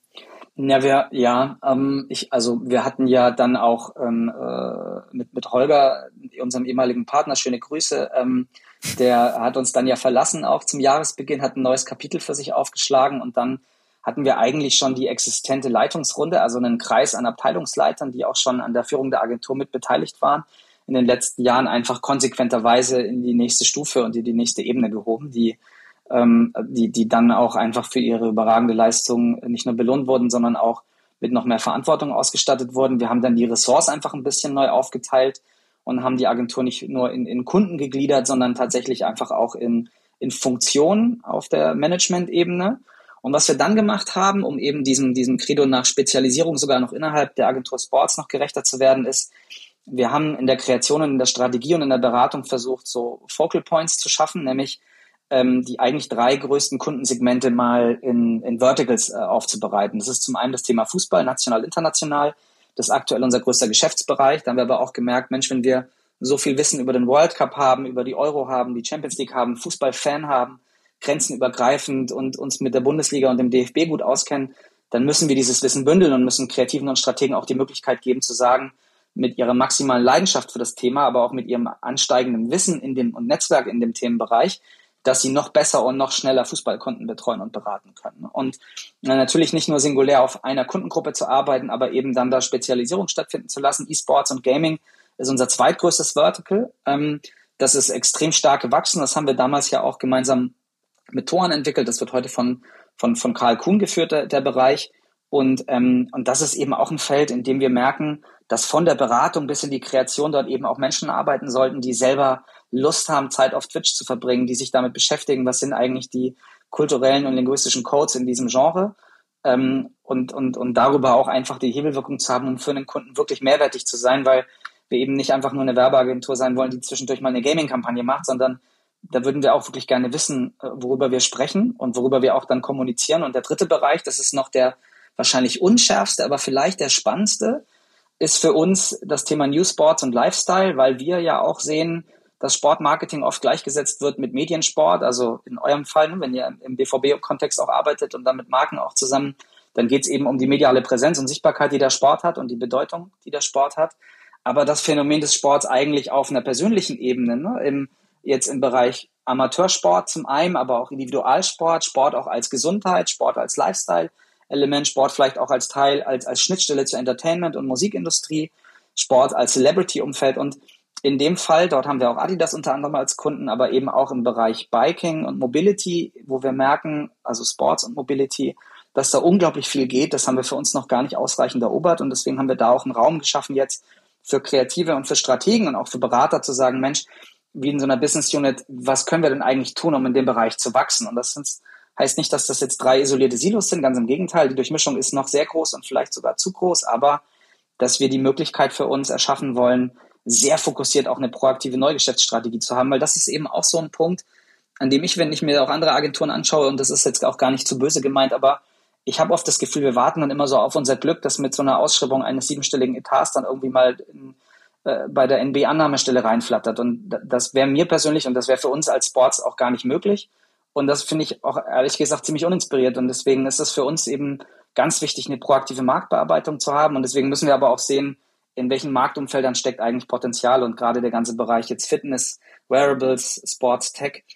Ja, wir, ja, ähm, ich, also wir hatten ja dann auch ähm, äh, mit, mit Holger, unserem ehemaligen Partner, schöne Grüße, ähm, der hat uns dann ja verlassen auch zum Jahresbeginn, hat ein neues Kapitel für sich aufgeschlagen und dann hatten wir eigentlich schon die existente Leitungsrunde, also einen Kreis an Abteilungsleitern, die auch schon an der Führung der Agentur mit beteiligt waren, in den letzten Jahren einfach konsequenterweise in die nächste Stufe und in die nächste Ebene gehoben, die, ähm, die, die dann auch einfach für ihre überragende Leistung nicht nur belohnt wurden, sondern auch mit noch mehr Verantwortung ausgestattet wurden. Wir haben dann die Ressorts einfach ein bisschen neu aufgeteilt und haben die Agentur nicht nur in, in Kunden gegliedert, sondern tatsächlich einfach auch in, in Funktionen auf der Management-Ebene. Und was wir dann gemacht haben, um eben diesem, diesem Credo nach Spezialisierung sogar noch innerhalb der Agentur Sports noch gerechter zu werden, ist, wir haben in der Kreation und in der Strategie und in der Beratung versucht, so Focal Points zu schaffen, nämlich ähm, die eigentlich drei größten Kundensegmente mal in, in Verticals äh, aufzubereiten. Das ist zum einen das Thema Fußball, national, international. Das ist aktuell unser größter Geschäftsbereich. Da haben wir aber auch gemerkt, Mensch, wenn wir so viel Wissen über den World Cup haben, über die Euro haben, die Champions League haben, Fußball-Fan haben, grenzenübergreifend und uns mit der Bundesliga und dem D F B gut auskennen, dann müssen wir dieses Wissen bündeln und müssen Kreativen und Strategen auch die Möglichkeit geben zu sagen, mit ihrer maximalen Leidenschaft für das Thema, aber auch mit ihrem ansteigenden Wissen in dem und Netzwerk in dem Themenbereich, dass sie noch besser und noch schneller Fußballkunden betreuen und beraten können. Und na, natürlich nicht nur singulär auf einer Kundengruppe zu arbeiten, aber eben dann da Spezialisierung stattfinden zu lassen. E-Sports und Gaming ist unser zweitgrößtes Vertical. Ähm, das ist extrem stark gewachsen. Das haben wir damals ja auch gemeinsam mit Toren entwickelt. Das wird heute von, von, von Karl Kuhn geführt, der, der Bereich. Und, ähm, und das ist eben auch ein Feld, in dem wir merken, dass von der Beratung bis in die Kreation dort eben auch Menschen arbeiten sollten, die selber Lust haben, Zeit auf Twitch zu verbringen, die sich damit beschäftigen, was sind eigentlich die kulturellen und linguistischen Codes in diesem Genre, ähm, und, und, und darüber auch einfach die Hebelwirkung zu haben, um für einen Kunden wirklich mehrwertig zu sein, weil wir eben nicht einfach nur eine Werbeagentur sein wollen, die zwischendurch mal eine Gaming-Kampagne macht, sondern da würden wir auch wirklich gerne wissen, worüber wir sprechen und worüber wir auch dann kommunizieren. Und der dritte Bereich, das ist noch der wahrscheinlich unschärfste, aber vielleicht der spannendste, ist für uns das Thema New Sports und Lifestyle, weil wir ja auch sehen, dass Sportmarketing oft gleichgesetzt wird mit Mediensport. Also in eurem Fall, wenn ihr im B V B-Kontext auch arbeitet und dann mit Marken auch zusammen, dann geht es eben um die mediale Präsenz und Sichtbarkeit, die der Sport hat und die Bedeutung, die der Sport hat. Aber das Phänomen des Sports eigentlich auf einer persönlichen Ebene, ne, im jetzt im Bereich Amateursport zum einen, aber auch Individualsport, Sport auch als Gesundheit, Sport als Lifestyle-Element, Sport vielleicht auch als Teil, als, als Schnittstelle zur Entertainment- und Musikindustrie, Sport als Celebrity-Umfeld und in dem Fall, dort haben wir auch Adidas unter anderem als Kunden, aber eben auch im Bereich Biking und Mobility, wo wir merken, also Sports und Mobility, dass da unglaublich viel geht. Das haben wir für uns noch gar nicht ausreichend erobert und deswegen haben wir da auch einen Raum geschaffen jetzt für Kreative und für Strategen und auch für Berater zu sagen, Mensch, wie in so einer Business Unit, was können wir denn eigentlich tun, um in dem Bereich zu wachsen? Und das heißt nicht, dass das jetzt drei isolierte Silos sind, ganz im Gegenteil, die Durchmischung ist noch sehr groß und vielleicht sogar zu groß, aber dass wir die Möglichkeit für uns erschaffen wollen, sehr fokussiert auch eine proaktive Neugeschäftsstrategie zu haben, weil das ist eben auch so ein Punkt, an dem ich, wenn ich mir auch andere Agenturen anschaue, und das ist jetzt auch gar nicht zu böse gemeint, aber ich habe oft das Gefühl, wir warten dann immer so auf unser Glück, dass mit so einer Ausschreibung eines siebenstelligen Etats dann irgendwie mal in, bei der N B-Annahmestelle reinflattert. Und das wäre mir persönlich und das wäre für uns als Sports auch gar nicht möglich. Und das finde ich auch ehrlich gesagt ziemlich uninspiriert. Und deswegen ist es für uns eben ganz wichtig, eine proaktive Marktbearbeitung zu haben. Und deswegen müssen wir aber auch sehen, in welchen Marktumfeldern steckt eigentlich Potenzial. Und gerade der ganze Bereich jetzt Fitness, Wearables, Sports, Tech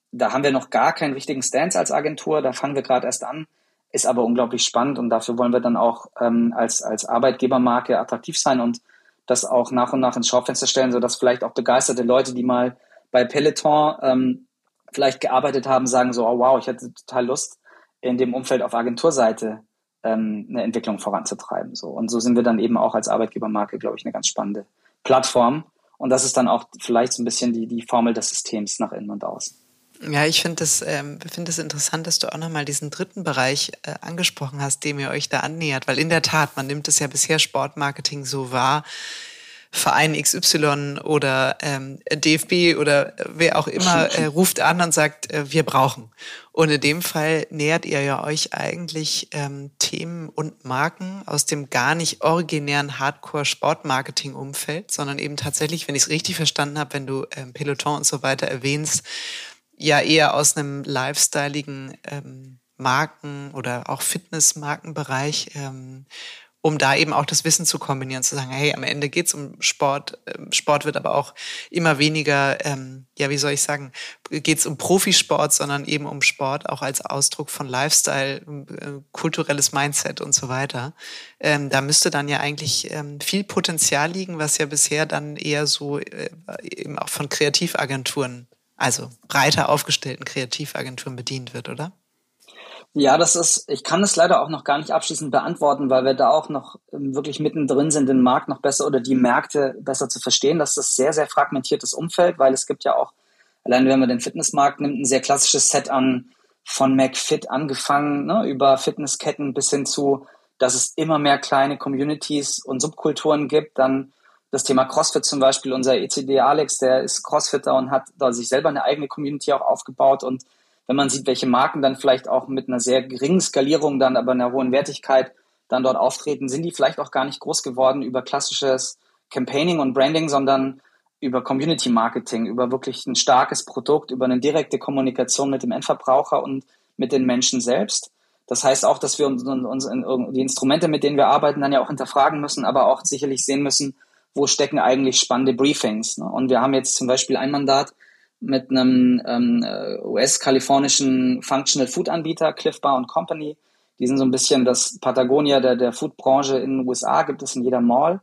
da haben wir noch gar keinen richtigen Stance als Agentur, da fangen wir gerade erst an, ist aber unglaublich spannend und dafür wollen wir dann auch ähm, als, als Arbeitgebermarke attraktiv sein und das auch nach und nach ins Schaufenster stellen, sodass vielleicht auch begeisterte Leute, die mal bei Peloton ähm, vielleicht gearbeitet haben, sagen so, oh wow, ich hätte total Lust, in dem Umfeld auf Agenturseite ähm, eine Entwicklung voranzutreiben. So. Und so sind wir dann eben auch als Arbeitgebermarke, glaube ich, eine ganz spannende Plattform. Und das ist dann auch vielleicht so ein bisschen die, die Formel des Systems nach innen und außen. Ja, ich finde das, ähm, finde es interessant, dass du auch nochmal diesen dritten Bereich äh, angesprochen hast, dem ihr euch da annähert. Weil in der Tat, man nimmt es ja bisher Sportmarketing so wahr, Verein X Y oder ähm, D F B oder wer auch immer äh, ruft an und sagt, äh, wir brauchen. Und in dem Fall nähert ihr ja euch eigentlich ähm, Themen und Marken aus dem gar nicht originären Hardcore-Sportmarketing-Umfeld, sondern eben tatsächlich, wenn ich es richtig verstanden habe, wenn du ähm, Peloton und so weiter erwähnst, ja eher aus einem lifestyleigen ähm, Marken- oder auch Fitness-Markenbereich, ähm, um da eben auch das Wissen zu kombinieren, zu sagen, hey, am Ende geht's um Sport. Sport wird aber auch immer weniger, ähm, ja, wie soll ich sagen, geht's um Profisport, sondern eben um Sport auch als Ausdruck von Lifestyle, äh, kulturelles Mindset und so weiter. Ähm, da müsste dann ja eigentlich ähm, viel Potenzial liegen, was ja bisher dann eher so äh, eben auch von Kreativagenturen, also breiter aufgestellten Kreativagenturen bedient wird, oder? Ja, das ist, ich kann es leider auch noch gar nicht abschließend beantworten, weil wir da auch noch ähm, wirklich mittendrin sind, den Markt noch besser oder die Märkte besser zu verstehen. Das ist ein sehr, sehr fragmentiertes Umfeld, weil es gibt ja auch, allein wenn man den Fitnessmarkt nimmt, ein sehr klassisches Set an von McFit angefangen, ne, über Fitnessketten bis hin zu, dass es immer mehr kleine Communities und Subkulturen gibt. Dann das Thema CrossFit zum Beispiel, unser E C D Alex, der ist Crossfitter und hat da sich selber eine eigene Community auch aufgebaut. Und wenn man sieht, welche Marken dann vielleicht auch mit einer sehr geringen Skalierung, dann aber einer hohen Wertigkeit dann dort auftreten, sind die vielleicht auch gar nicht groß geworden über klassisches Campaigning und Branding, sondern über Community Marketing, über wirklich ein starkes Produkt, über eine direkte Kommunikation mit dem Endverbraucher und mit den Menschen selbst. Das heißt auch, dass wir uns, uns in, die Instrumente, mit denen wir arbeiten, dann ja auch hinterfragen müssen, aber auch sicherlich sehen müssen, wo stecken eigentlich spannende Briefings. Ne? Und wir haben jetzt zum Beispiel ein Mandat mit einem ähm, U S-kalifornischen Functional Food Anbieter, Cliff Bar and Company. Die sind so ein bisschen das Patagonia der, der Foodbranche in den U S A, gibt es in jeder Mall.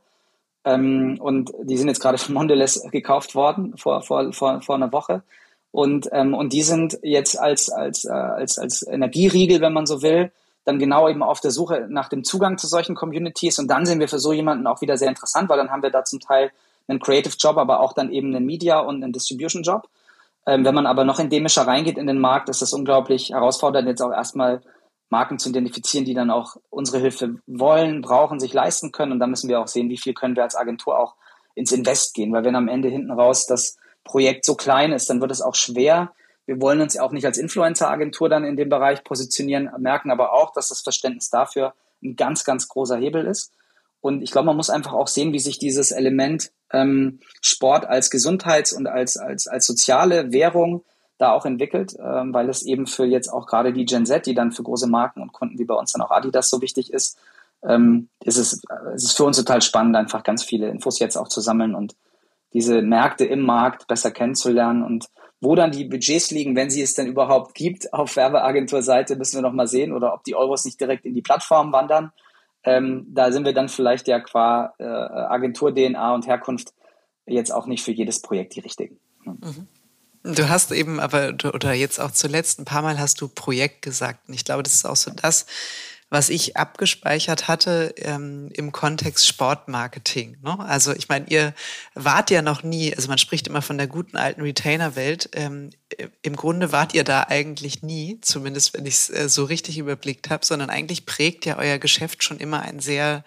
Ähm, und die sind jetzt gerade von Mondelez gekauft worden vor, vor, vor, vor einer Woche. Und, ähm, und die sind jetzt als, als, äh, als, als Energieriegel, wenn man so will, dann genau eben auf der Suche nach dem Zugang zu solchen Communities. Und dann sind wir für so jemanden auch wieder sehr interessant, weil dann haben wir da zum Teil einen Creative Job, aber auch dann eben einen Media- und einen Distribution Job. Ähm, wenn man aber noch endemischer reingeht in den Markt, ist das unglaublich herausfordernd, jetzt auch erstmal Marken zu identifizieren, die dann auch unsere Hilfe wollen, brauchen, sich leisten können. Und da müssen wir auch sehen, wie viel können wir als Agentur auch ins Invest gehen. Weil wenn am Ende hinten raus das Projekt so klein ist, dann wird es auch schwer. Wir wollen uns ja auch nicht als Influencer-Agentur dann in dem Bereich positionieren, merken aber auch, dass das Verständnis dafür ein ganz, ganz großer Hebel ist. Und ich glaube, man muss einfach auch sehen, wie sich dieses Element ähm, Sport als Gesundheits- und als, als, als soziale Währung da auch entwickelt, ähm, weil es eben für jetzt auch gerade die Gen Z, die dann für große Marken und Kunden wie bei uns dann auch Adidas so wichtig ist, ähm, ist es, es ist für uns total spannend, einfach ganz viele Infos jetzt auch zu sammeln und diese Märkte im Markt besser kennenzulernen. Und wo dann die Budgets liegen, wenn sie es denn überhaupt gibt, auf Werbeagenturseite, müssen wir noch mal sehen, oder ob die Euros nicht direkt in die Plattform wandern. Ähm, da sind wir dann vielleicht ja qua äh, Agentur-D N A und Herkunft jetzt auch nicht für jedes Projekt die richtigen. Mhm. Du hast eben aber, oder jetzt auch zuletzt, ein paar Mal hast du Projekt gesagt. Und ich glaube, das ist auch so das, was ich abgespeichert hatte ähm, im Kontext Sportmarketing. Ne? Also ich meine, ihr wart ja noch nie, also man spricht immer von der guten alten Retainer-Welt. Ähm, im Grunde wart ihr da eigentlich nie, zumindest wenn ich es äh, so richtig überblickt habe, sondern eigentlich prägt ja euer Geschäft schon immer ein sehr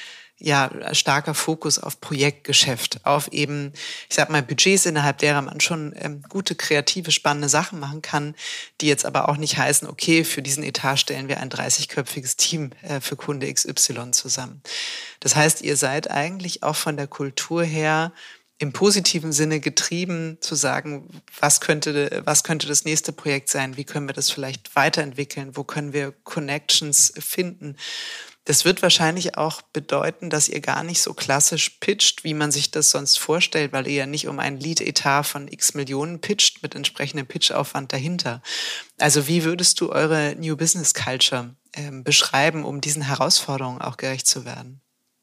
ja, starker Fokus auf Projektgeschäft, auf eben, ich sag mal, Budgets, innerhalb derer man schon ähm, gute, kreative, spannende Sachen machen kann, die jetzt aber auch nicht heißen, okay, für diesen Etat stellen wir ein dreißigköpfiges Team äh, für Kunde X Y zusammen. Das heißt, ihr seid eigentlich auch von der Kultur her im positiven Sinne getrieben, zu sagen, was könnte, was könnte das nächste Projekt sein, wie können wir das vielleicht weiterentwickeln, wo können wir Connections finden. Das wird wahrscheinlich auch bedeuten, dass ihr gar nicht so klassisch pitcht, wie man sich das sonst vorstellt, weil ihr ja nicht um ein Lead-Etat von x Millionen pitcht mit entsprechendem Pitchaufwand dahinter. Also wie würdest du eure New Business Culture ähm, beschreiben, um diesen Herausforderungen auch gerecht zu werden?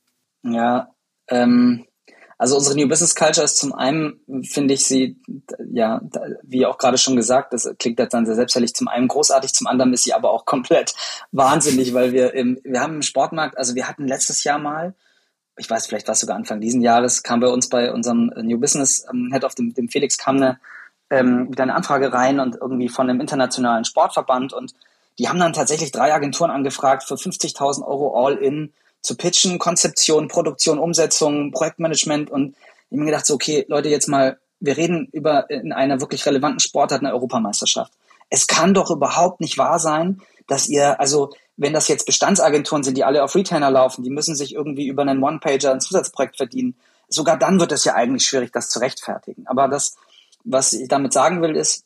Ja, ähm, also unsere New Business Culture ist zum einen, finde ich sie, ja, wie auch gerade schon gesagt, das klingt dann sehr selbstverständlich, zum einen großartig, zum anderen ist sie aber auch komplett wahnsinnig, weil wir im, wir haben im Sportmarkt, also wir hatten letztes Jahr mal, ich weiß, vielleicht war es sogar Anfang diesen Jahres, kam bei uns bei unserem New Business ähm, Head of dem, dem Felix kam eine, ähm, wieder eine Anfrage rein und irgendwie von einem internationalen Sportverband und die haben dann tatsächlich drei Agenturen angefragt für fünfzigtausend Euro All-in zu pitchen, Konzeption, Produktion, Umsetzung, Projektmanagement und ich habe mir gedacht, so okay, Leute, jetzt mal, wir reden über in einer wirklich relevanten Sportart eine Europameisterschaft. Es kann doch überhaupt nicht wahr sein, dass ihr, also wenn das jetzt Bestandsagenturen sind, die alle auf Retainer laufen, die müssen sich irgendwie über einen One-Pager ein Zusatzprojekt verdienen. Sogar dann wird es ja eigentlich schwierig, das zu rechtfertigen. Aber das, was ich damit sagen will, ist,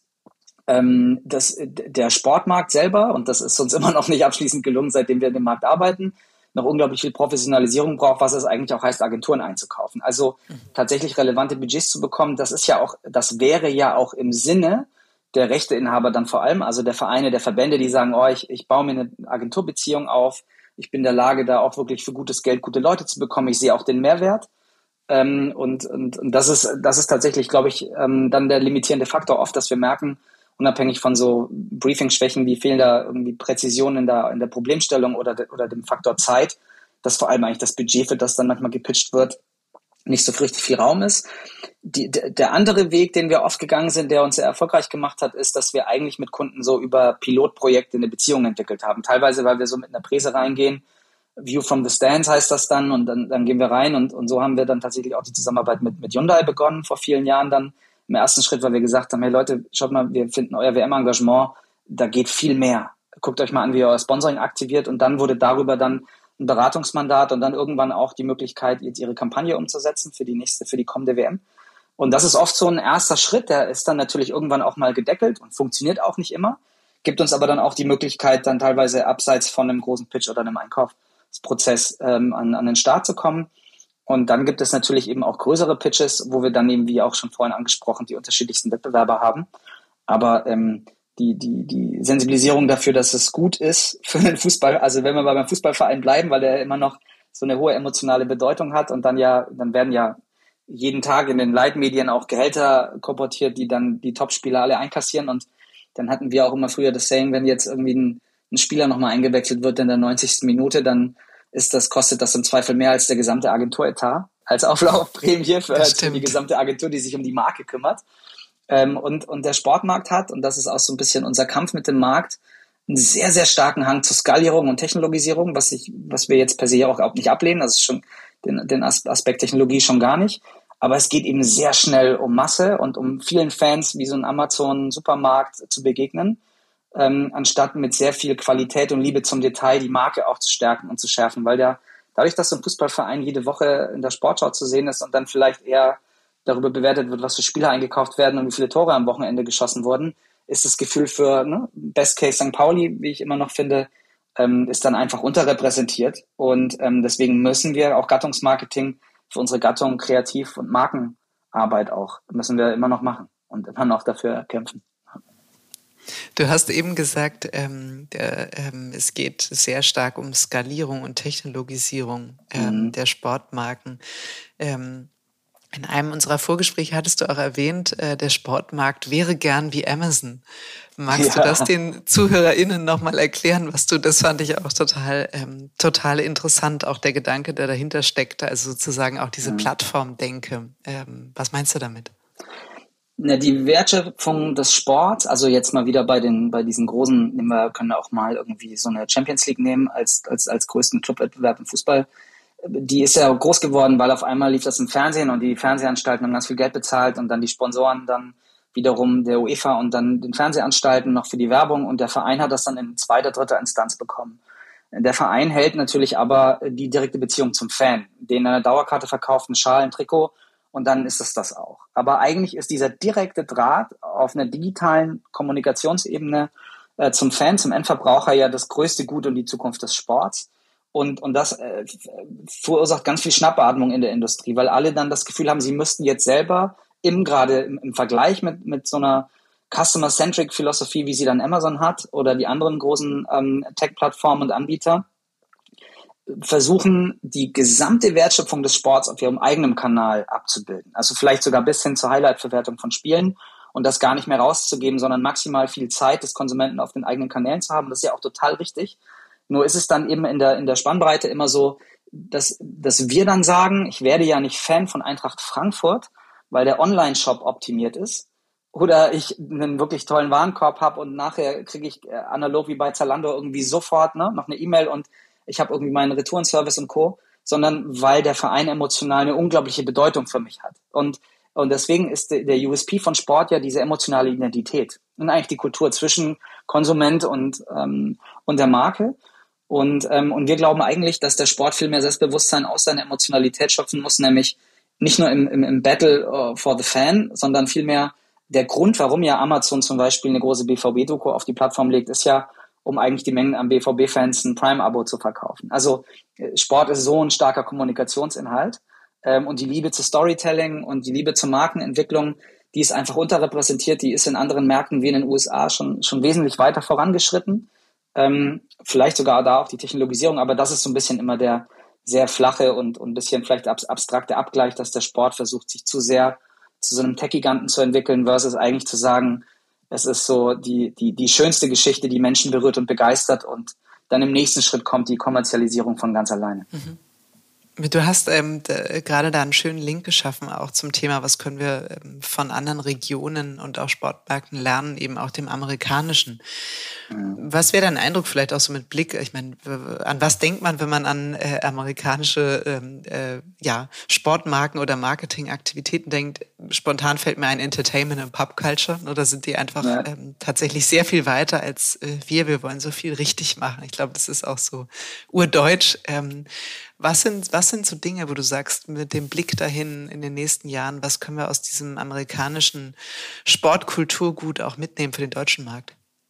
ähm, dass der Sportmarkt selber, und das ist uns immer noch nicht abschließend gelungen, seitdem wir in dem Markt arbeiten, noch unglaublich viel Professionalisierung braucht, was es eigentlich auch heißt, Agenturen einzukaufen. Also mhm. tatsächlich relevante Budgets zu bekommen, das ist ja auch, das wäre ja auch im Sinne der Rechteinhaber dann vor allem, also der Vereine, der Verbände, die sagen, oh, ich, ich baue mir eine Agenturbeziehung auf, ich bin in der Lage, da auch wirklich für gutes Geld gute Leute zu bekommen, ich sehe auch den Mehrwert. Ähm, und, und, und das ist, das ist tatsächlich, glaube ich, ähm, dann der limitierende Faktor oft, dass wir merken, unabhängig von so Briefing-Schwächen wie fehlender irgendwie Präzision in der, in der Problemstellung oder, de, oder dem Faktor Zeit, dass vor allem eigentlich das Budget, für das dann manchmal gepitcht wird, nicht so richtig viel Raum ist. Die, der andere Weg, den wir oft gegangen sind, der uns sehr erfolgreich gemacht hat, ist, dass wir eigentlich mit Kunden so über Pilotprojekte eine Beziehung entwickelt haben. Teilweise, weil wir so mit einer Präse reingehen, View from the Stands heißt das dann, und dann, dann gehen wir rein und, und so haben wir dann tatsächlich auch die Zusammenarbeit mit, mit Hyundai begonnen vor vielen Jahren dann. Im ersten Schritt, weil wir gesagt haben, hey Leute, schaut mal, wir finden euer W M-Engagement, da geht viel mehr. Guckt euch mal an, wie ihr euer Sponsoring aktiviert und dann wurde darüber dann ein Beratungsmandat und dann irgendwann auch die Möglichkeit, jetzt ihre Kampagne umzusetzen für die nächste, für die kommende W M. Und das ist oft so ein erster Schritt, der ist dann natürlich irgendwann auch mal gedeckelt und funktioniert auch nicht immer, gibt uns aber dann auch die Möglichkeit, dann teilweise abseits von einem großen Pitch oder einem Einkaufsprozess ähm, an, an den Start zu kommen. Und dann gibt es natürlich eben auch größere Pitches, wo wir dann eben, wie auch schon vorhin angesprochen, die unterschiedlichsten Wettbewerber haben. Aber ähm, die, die, die Sensibilisierung dafür, dass es gut ist für den Fußball, also wenn wir mal beim Fußballverein bleiben, weil er immer noch so eine hohe emotionale Bedeutung hat und dann ja, dann werden ja jeden Tag in den Leitmedien auch Gehälter kolportiert, die dann die Topspieler alle einkassieren. Und dann hatten wir auch immer früher das Saying, wenn jetzt irgendwie ein, ein Spieler nochmal eingewechselt wird in der neunzigsten Minute, dann ist das, kostet das im Zweifel mehr als der gesamte Agenturetat, als Auflaufprämie für, für die gesamte Agentur, die sich um die Marke kümmert. Ähm, und, und der Sportmarkt hat, und das ist auch so ein bisschen unser Kampf mit dem Markt, einen sehr, sehr starken Hang zur Skalierung und Technologisierung, was ich, was wir jetzt per se auch, auch nicht ablehnen. Das ist schon den, den Aspekt Technologie schon gar nicht. Aber es geht eben sehr schnell um Masse und um vielen Fans wie so ein Amazon-Supermarkt zu begegnen. Ähm, anstatt mit sehr viel Qualität und Liebe zum Detail die Marke auch zu stärken und zu schärfen, weil der, dadurch, dass so ein Fußballverein jede Woche in der Sportschau zu sehen ist und dann vielleicht eher darüber bewertet wird, was für Spieler eingekauft werden und wie viele Tore am Wochenende geschossen wurden, ist das Gefühl für ne, Best Case Sankt Pauli, wie ich immer noch finde, ähm, ist dann einfach unterrepräsentiert und ähm, deswegen müssen wir auch Gattungsmarketing für unsere Gattung, Kreativ- und Markenarbeit auch, müssen wir immer noch machen und immer noch dafür kämpfen. Du hast eben gesagt, ähm, der, ähm, es geht sehr stark um Skalierung und Technologisierung ähm, mhm. der Sportmarken. Ähm, in einem unserer Vorgespräche hattest du auch erwähnt, äh, der Sportmarkt wäre gern wie Amazon. Magst ja. du das den ZuhörerInnen nochmal erklären, was du, das fand ich auch total, ähm, total interessant, auch der Gedanke, der dahinter steckt, also sozusagen auch diese mhm. Plattformdenke. Ähm, was meinst du damit? Na, die Wertschöpfung des Sports, also jetzt mal wieder bei den, bei diesen großen, nehmen wir, können wir auch mal irgendwie so eine Champions League nehmen als, als, als größten Clubwettbewerb im Fußball. Die ist ja groß geworden, weil auf einmal lief das im Fernsehen und die Fernsehanstalten haben ganz viel Geld bezahlt und dann die Sponsoren dann wiederum der UEFA und dann den Fernsehanstalten noch für die Werbung und der Verein hat das dann in zweiter, dritter Instanz bekommen. Der Verein hält natürlich aber die direkte Beziehung zum Fan, den eine Dauerkarte verkauft, einen Schal, ein Trikot, und dann ist es das auch. Aber eigentlich ist dieser direkte Draht auf einer digitalen Kommunikationsebene äh, zum Fan, zum Endverbraucher ja das größte Gut und die Zukunft des Sports. Und, und das äh, verursacht ganz viel Schnappatmung in der Industrie, weil alle dann das Gefühl haben, sie müssten jetzt selber im gerade im, im Vergleich mit, mit so einer Customer-Centric-Philosophie, wie sie dann Amazon hat oder die anderen großen ähm, Tech-Plattformen und Anbieter, versuchen, die gesamte Wertschöpfung des Sports auf ihrem eigenen Kanal abzubilden. Also vielleicht sogar bis hin zur Highlight-Verwertung von Spielen und das gar nicht mehr rauszugeben, sondern maximal viel Zeit des Konsumenten auf den eigenen Kanälen zu haben. Das ist ja auch total richtig. Nur ist es dann eben in der, in der Spannbreite immer so, dass, dass wir dann sagen, ich werde ja nicht Fan von Eintracht Frankfurt, weil der Online-Shop optimiert ist. Oder ich einen wirklich tollen Warenkorb habe und nachher kriege ich äh, analog wie bei Zalando irgendwie sofort ne, noch eine E-Mail und ich habe irgendwie meinen Retourenservice und Co., sondern weil der Verein emotional eine unglaubliche Bedeutung für mich hat. Und, und deswegen ist der, der U S P von Sport ja diese emotionale Identität und eigentlich die Kultur zwischen Konsument und, ähm, und der Marke. Und, ähm, und wir glauben eigentlich, dass der Sport viel mehr Selbstbewusstsein aus seiner Emotionalität schöpfen muss, nämlich nicht nur im, im, im Battle uh, for the Fan, sondern vielmehr der Grund, warum ja Amazon zum Beispiel eine große B V B-Doku auf die Plattform legt, ist ja, um eigentlich die Mengen an B V B-Fans ein Prime-Abo zu verkaufen. Also Sport ist so ein starker Kommunikationsinhalt ähm, und die Liebe zu Storytelling und die Liebe zur Markenentwicklung, die ist einfach unterrepräsentiert, die ist in anderen Märkten wie in den U S A schon, schon wesentlich weiter vorangeschritten. Ähm, vielleicht sogar da auch die Technologisierung, aber das ist so ein bisschen immer der sehr flache und, und ein bisschen vielleicht abstrakte Abgleich, dass der Sport versucht, sich zu sehr zu so einem Tech-Giganten zu entwickeln, versus eigentlich zu sagen, es ist so die, die, die schönste Geschichte, die Menschen berührt und begeistert und dann im nächsten Schritt kommt die Kommerzialisierung von ganz alleine. Mhm. Du hast ähm, d- gerade da einen schönen Link geschaffen, auch zum Thema, was können wir ähm, von anderen Regionen und auch Sportmärkten lernen, eben auch dem amerikanischen. Mhm. Was wäre dein Eindruck vielleicht auch so mit Blick, ich meine, an was denkt man, wenn man an äh, amerikanische ähm, äh, ja, Sportmarken oder Marketingaktivitäten denkt? Spontan fällt mir ein Entertainment und Pop-Culture, oder sind die einfach ja. ähm, tatsächlich sehr viel weiter als äh, wir? Wir wollen so viel richtig machen. Ich glaube, das ist auch so urdeutsch. Ähm, Was sind, was sind so Dinge, wo du sagst, mit dem Blick dahin in den nächsten Jahren, was können wir aus diesem amerikanischen Sportkulturgut auch mitnehmen für den deutschen Markt?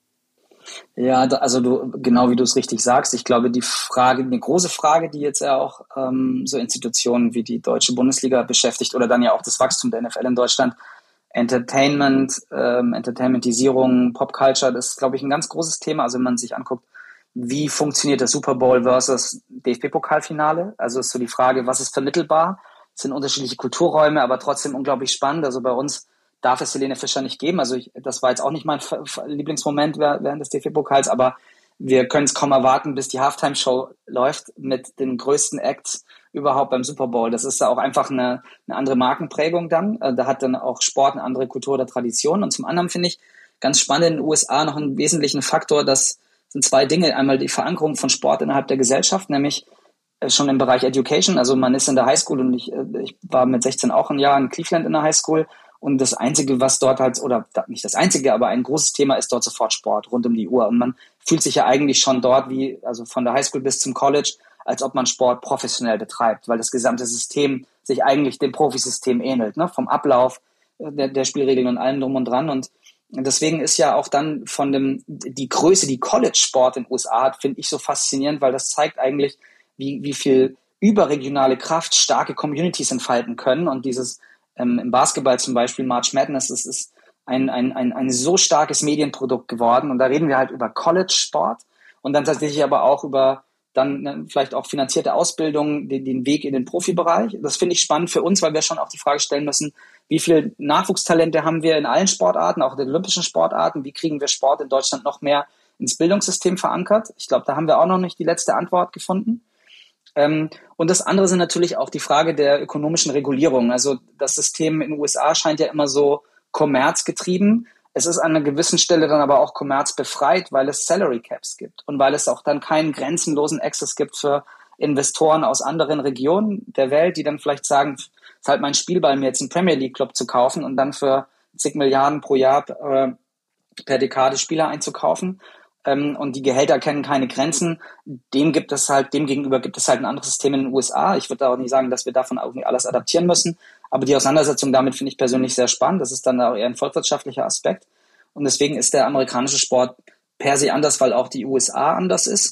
Ja, also du, genau wie du es richtig sagst, ich glaube, die Frage, eine große Frage, die jetzt ja auch ähm, so Institutionen wie die Deutsche Bundesliga beschäftigt oder dann ja auch das Wachstum der N F L in Deutschland, Entertainment, ähm, Entertainmentisierung, Popculture, das ist, glaube ich, ein ganz großes Thema. Also wenn man sich anguckt, wie funktioniert der Super Bowl versus D F B-Pokalfinale? Also ist so die Frage, was ist vermittelbar? Es sind unterschiedliche Kulturräume, aber trotzdem unglaublich spannend. Also bei uns darf es Helene Fischer nicht geben. Also ich, das war jetzt auch nicht mein Lieblingsmoment während des D F B-Pokals, aber wir können es kaum erwarten, bis die Halftime-Show läuft mit den größten Acts überhaupt beim Super Bowl. Das ist da auch einfach eine, eine andere Markenprägung dann. Da hat dann auch Sport eine andere Kultur oder Tradition. Und zum anderen finde ich ganz spannend in den U S A noch einen wesentlichen Faktor, dass sind zwei Dinge. Einmal die Verankerung von Sport innerhalb der Gesellschaft, nämlich schon im Bereich Education. Also man ist in der Highschool und ich, ich war mit sechzehn auch ein Jahr in Cleveland in der Highschool und das Einzige, was dort halt, oder nicht das Einzige, aber ein großes Thema ist dort sofort Sport rund um die Uhr. Und man fühlt sich ja eigentlich schon dort wie, also von der Highschool bis zum College, als ob man Sport professionell betreibt, weil das gesamte System sich eigentlich dem Profisystem ähnelt, ne? Vom Ablauf der, der Spielregeln und allem drum und dran. Und deswegen ist ja auch dann von dem, die Größe, die College-Sport in den U S A hat, finde ich so faszinierend, weil das zeigt eigentlich, wie, wie viel überregionale Kraft starke Communities entfalten können. Und dieses ähm, im Basketball zum Beispiel, March Madness, das ist ein, ein, ein, ein so starkes Medienprodukt geworden. Und da reden wir halt über College-Sport und dann tatsächlich aber auch über dann ne, vielleicht auch finanzierte Ausbildung, den, den Weg in den Profibereich. Das finde ich spannend für uns, weil wir schon auch die Frage stellen müssen, wie viele Nachwuchstalente haben wir in allen Sportarten, auch in den olympischen Sportarten? Wie kriegen wir Sport in Deutschland noch mehr ins Bildungssystem verankert? Ich glaube, da haben wir auch noch nicht die letzte Antwort gefunden. Ähm, und das andere sind natürlich auch die Frage der ökonomischen Regulierung. Also das System in den U S A scheint ja immer so kommerzgetrieben. Es ist an einer gewissen Stelle dann aber auch kommerzbefreit, weil es Salary Caps gibt und weil es auch dann keinen grenzenlosen Access gibt für Investoren aus anderen Regionen der Welt, die dann vielleicht sagen, es ist halt mein Spielball, mir jetzt einen Premier League Club zu kaufen und dann für zig Milliarden pro Jahr äh, per Dekade Spieler einzukaufen. Ähm, und die Gehälter kennen keine Grenzen. Dem gibt es halt, dem gegenüber gibt es halt ein anderes System in den U S A. Ich würde auch nicht sagen, dass wir davon irgendwie alles adaptieren müssen. Aber die Auseinandersetzung damit finde ich persönlich sehr spannend. Das ist dann auch eher ein volkswirtschaftlicher Aspekt. Und deswegen ist der amerikanische Sport per se anders, weil auch die U S A anders ist.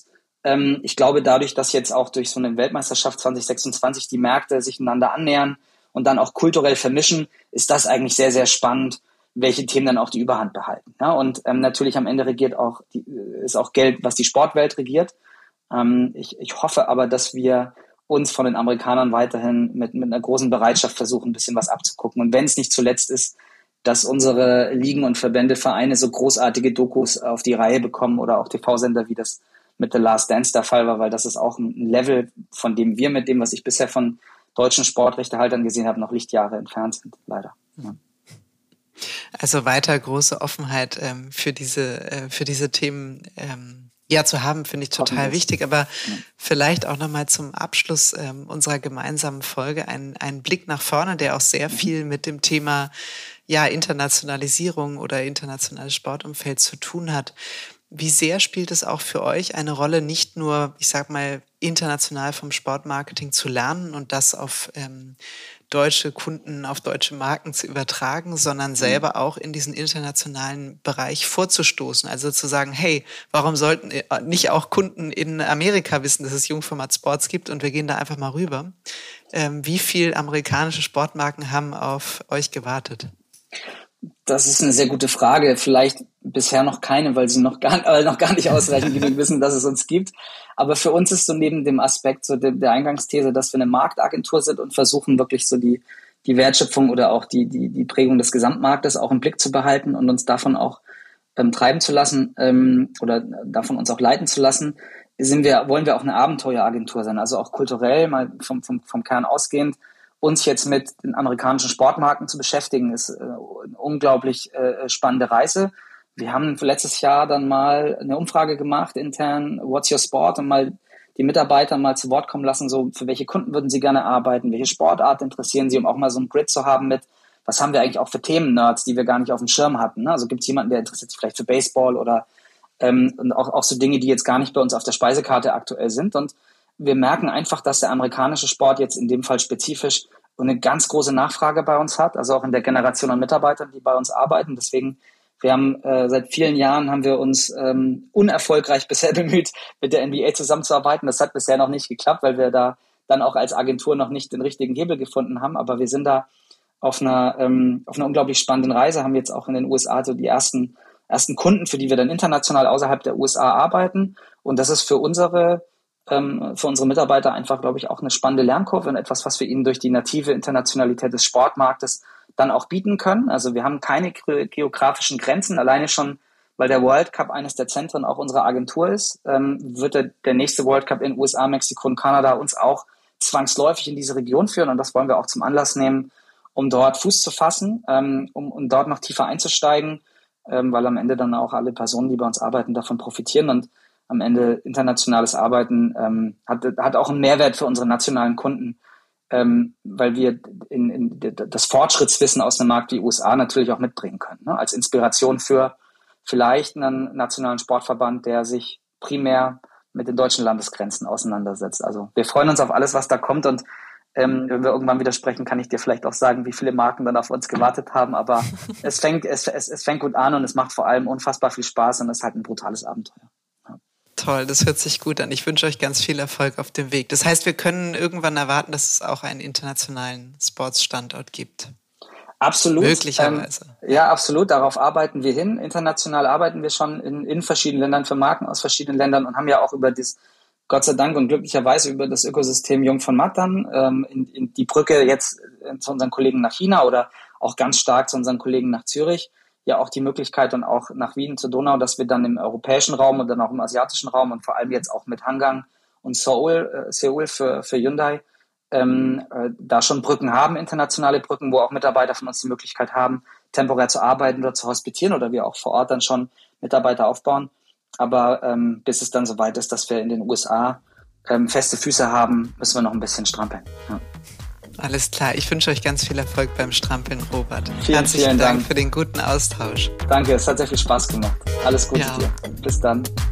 Ähm, ich glaube, dadurch, dass jetzt auch durch so eine Weltmeisterschaft zwanzig sechsundzwanzig die Märkte sich einander annähern und dann auch kulturell vermischen, ist das eigentlich sehr, sehr spannend, welche Themen dann auch die Überhand behalten. Ja, und ähm, natürlich am Ende regiert auch die, ist auch Geld, was die Sportwelt regiert. Ähm, ich, ich hoffe aber, dass wir uns von den Amerikanern weiterhin mit, mit einer großen Bereitschaft versuchen, ein bisschen was abzugucken. Und wenn es nicht zuletzt ist, dass unsere Ligen und Verbände, Vereine so großartige Dokus auf die Reihe bekommen oder auch T V-Sender, wie das mit The Last Dance der Fall war, weil das ist auch ein Level, von dem wir mit dem, was ich bisher von deutschen Sportrechtehaltern gesehen habe, noch Lichtjahre entfernt sind, leider. Ja. Also weiter große Offenheit ähm, für diese äh, für diese Themen ähm, ja zu haben, finde ich total wichtig. Aber ja. vielleicht auch nochmal zum Abschluss ähm, unserer gemeinsamen Folge ein, ein Blick nach vorne, der auch sehr viel mit dem Thema ja Internationalisierung oder internationales Sportumfeld zu tun hat. Wie sehr spielt es auch für euch eine Rolle, nicht nur, ich sag mal, international vom Sportmarketing zu lernen und das auf ähm, deutsche Kunden, auf deutsche Marken zu übertragen, sondern selber auch in diesen internationalen Bereich vorzustoßen? Also zu sagen, hey, warum sollten nicht auch Kunden in Amerika wissen, dass es Jungformat Sports gibt und wir gehen da einfach mal rüber? Ähm, wie viel amerikanische Sportmarken haben auf euch gewartet? Das ist eine sehr gute Frage. Vielleicht bisher noch keine, weil sie noch gar, äh, noch gar nicht ausreichend genug wissen, dass es uns gibt. Aber für uns ist so neben dem Aspekt so der, der Eingangsthese, dass wir eine Marktagentur sind und versuchen wirklich so die, die Wertschöpfung oder auch die, die, die Prägung des Gesamtmarktes auch im Blick zu behalten und uns davon auch ähm, treiben zu lassen ähm, oder davon uns auch leiten zu lassen, sind wir, wollen wir auch eine Abenteueragentur sein. Also auch kulturell, mal vom, vom, vom Kern ausgehend, uns jetzt mit den amerikanischen Sportmarken zu beschäftigen, ist äh, eine unglaublich äh, spannende Reise. Wir haben letztes Jahr dann mal eine Umfrage gemacht, intern, What's Your Sport, und mal die Mitarbeiter mal zu Wort kommen lassen, so für welche Kunden würden sie gerne arbeiten, welche Sportart interessieren sie, um auch mal so ein Grid zu haben mit, was haben wir eigentlich auch für Themen-Nerds, die wir gar nicht auf dem Schirm hatten. Ne? Also gibt es jemanden, der interessiert sich vielleicht für Baseball oder ähm, und auch, auch so Dinge, die jetzt gar nicht bei uns auf der Speisekarte aktuell sind. Und wir merken einfach, dass der amerikanische Sport jetzt in dem Fall spezifisch eine ganz große Nachfrage bei uns hat, also auch in der Generation an Mitarbeitern, die bei uns arbeiten. Deswegen, wir haben äh, seit vielen Jahren haben wir uns ähm, unerfolgreich bisher bemüht, mit der N B A zusammenzuarbeiten. Das hat bisher noch nicht geklappt, weil wir da dann auch als Agentur noch nicht den richtigen Hebel gefunden haben. Aber wir sind da auf einer ähm, auf einer unglaublich spannenden Reise, haben jetzt auch in den U S A so die ersten ersten Kunden, für die wir dann international außerhalb der U S A arbeiten. Und das ist für unsere für unsere Mitarbeiter einfach, glaube ich, auch eine spannende Lernkurve und etwas, was wir ihnen durch die native Internationalität des Sportmarktes dann auch bieten können. Also wir haben keine geografischen Grenzen, alleine schon, weil der World Cup eines der Zentren auch unserer Agentur ist, ähm, wird der, der nächste World Cup in U S A, Mexiko und Kanada uns auch zwangsläufig in diese Region führen, und das wollen wir auch zum Anlass nehmen, um dort Fuß zu fassen, ähm, um, um dort noch tiefer einzusteigen, ähm, weil am Ende dann auch alle Personen, die bei uns arbeiten, davon profitieren. Und am Ende internationales Arbeiten ähm, hat, hat auch einen Mehrwert für unsere nationalen Kunden, ähm, weil wir in, in das Fortschrittswissen aus einem Markt wie U S A natürlich auch mitbringen können, ne? Als Inspiration für vielleicht einen nationalen Sportverband, der sich primär mit den deutschen Landesgrenzen auseinandersetzt. Also wir freuen uns auf alles, was da kommt, und ähm, wenn wir irgendwann wieder sprechen, kann ich dir vielleicht auch sagen, wie viele Marken dann auf uns gewartet haben, aber es fängt, es, es, es fängt gut an und es macht vor allem unfassbar viel Spaß und es ist halt ein brutales Abenteuer. Toll, das hört sich gut an. Ich wünsche euch ganz viel Erfolg auf dem Weg. Das heißt, wir können irgendwann erwarten, dass es auch einen internationalen Sportsstandort gibt. Absolut. Möglicherweise. Ähm, ja, absolut. Darauf arbeiten wir hin. International arbeiten wir schon in, in verschiedenen Ländern für Marken aus verschiedenen Ländern und haben ja auch über das, Gott sei Dank und glücklicherweise über das Ökosystem Jung von Matt dann ähm, in, in die Brücke jetzt zu unseren Kollegen nach China oder auch ganz stark zu unseren Kollegen nach Zürich. Ja auch die Möglichkeit und auch nach Wien zur Donau, dass wir dann im europäischen Raum und dann auch im asiatischen Raum und vor allem jetzt auch mit Hangang und Seoul, äh, Seoul für, für Hyundai ähm, äh, da schon Brücken haben, internationale Brücken, wo auch Mitarbeiter von uns die Möglichkeit haben, temporär zu arbeiten oder zu hospitieren oder wir auch vor Ort dann schon Mitarbeiter aufbauen. Aber ähm, bis es dann soweit ist, dass wir in den U S A ähm, feste Füße haben, müssen wir noch ein bisschen strampeln. Ja. Alles klar. Ich wünsche euch ganz viel Erfolg beim Strampeln, Robert. Vielen, Herzlichen vielen Dank Dank für den guten Austausch. Danke, es hat sehr viel Spaß gemacht. Alles Gute ja. dir. Bis dann.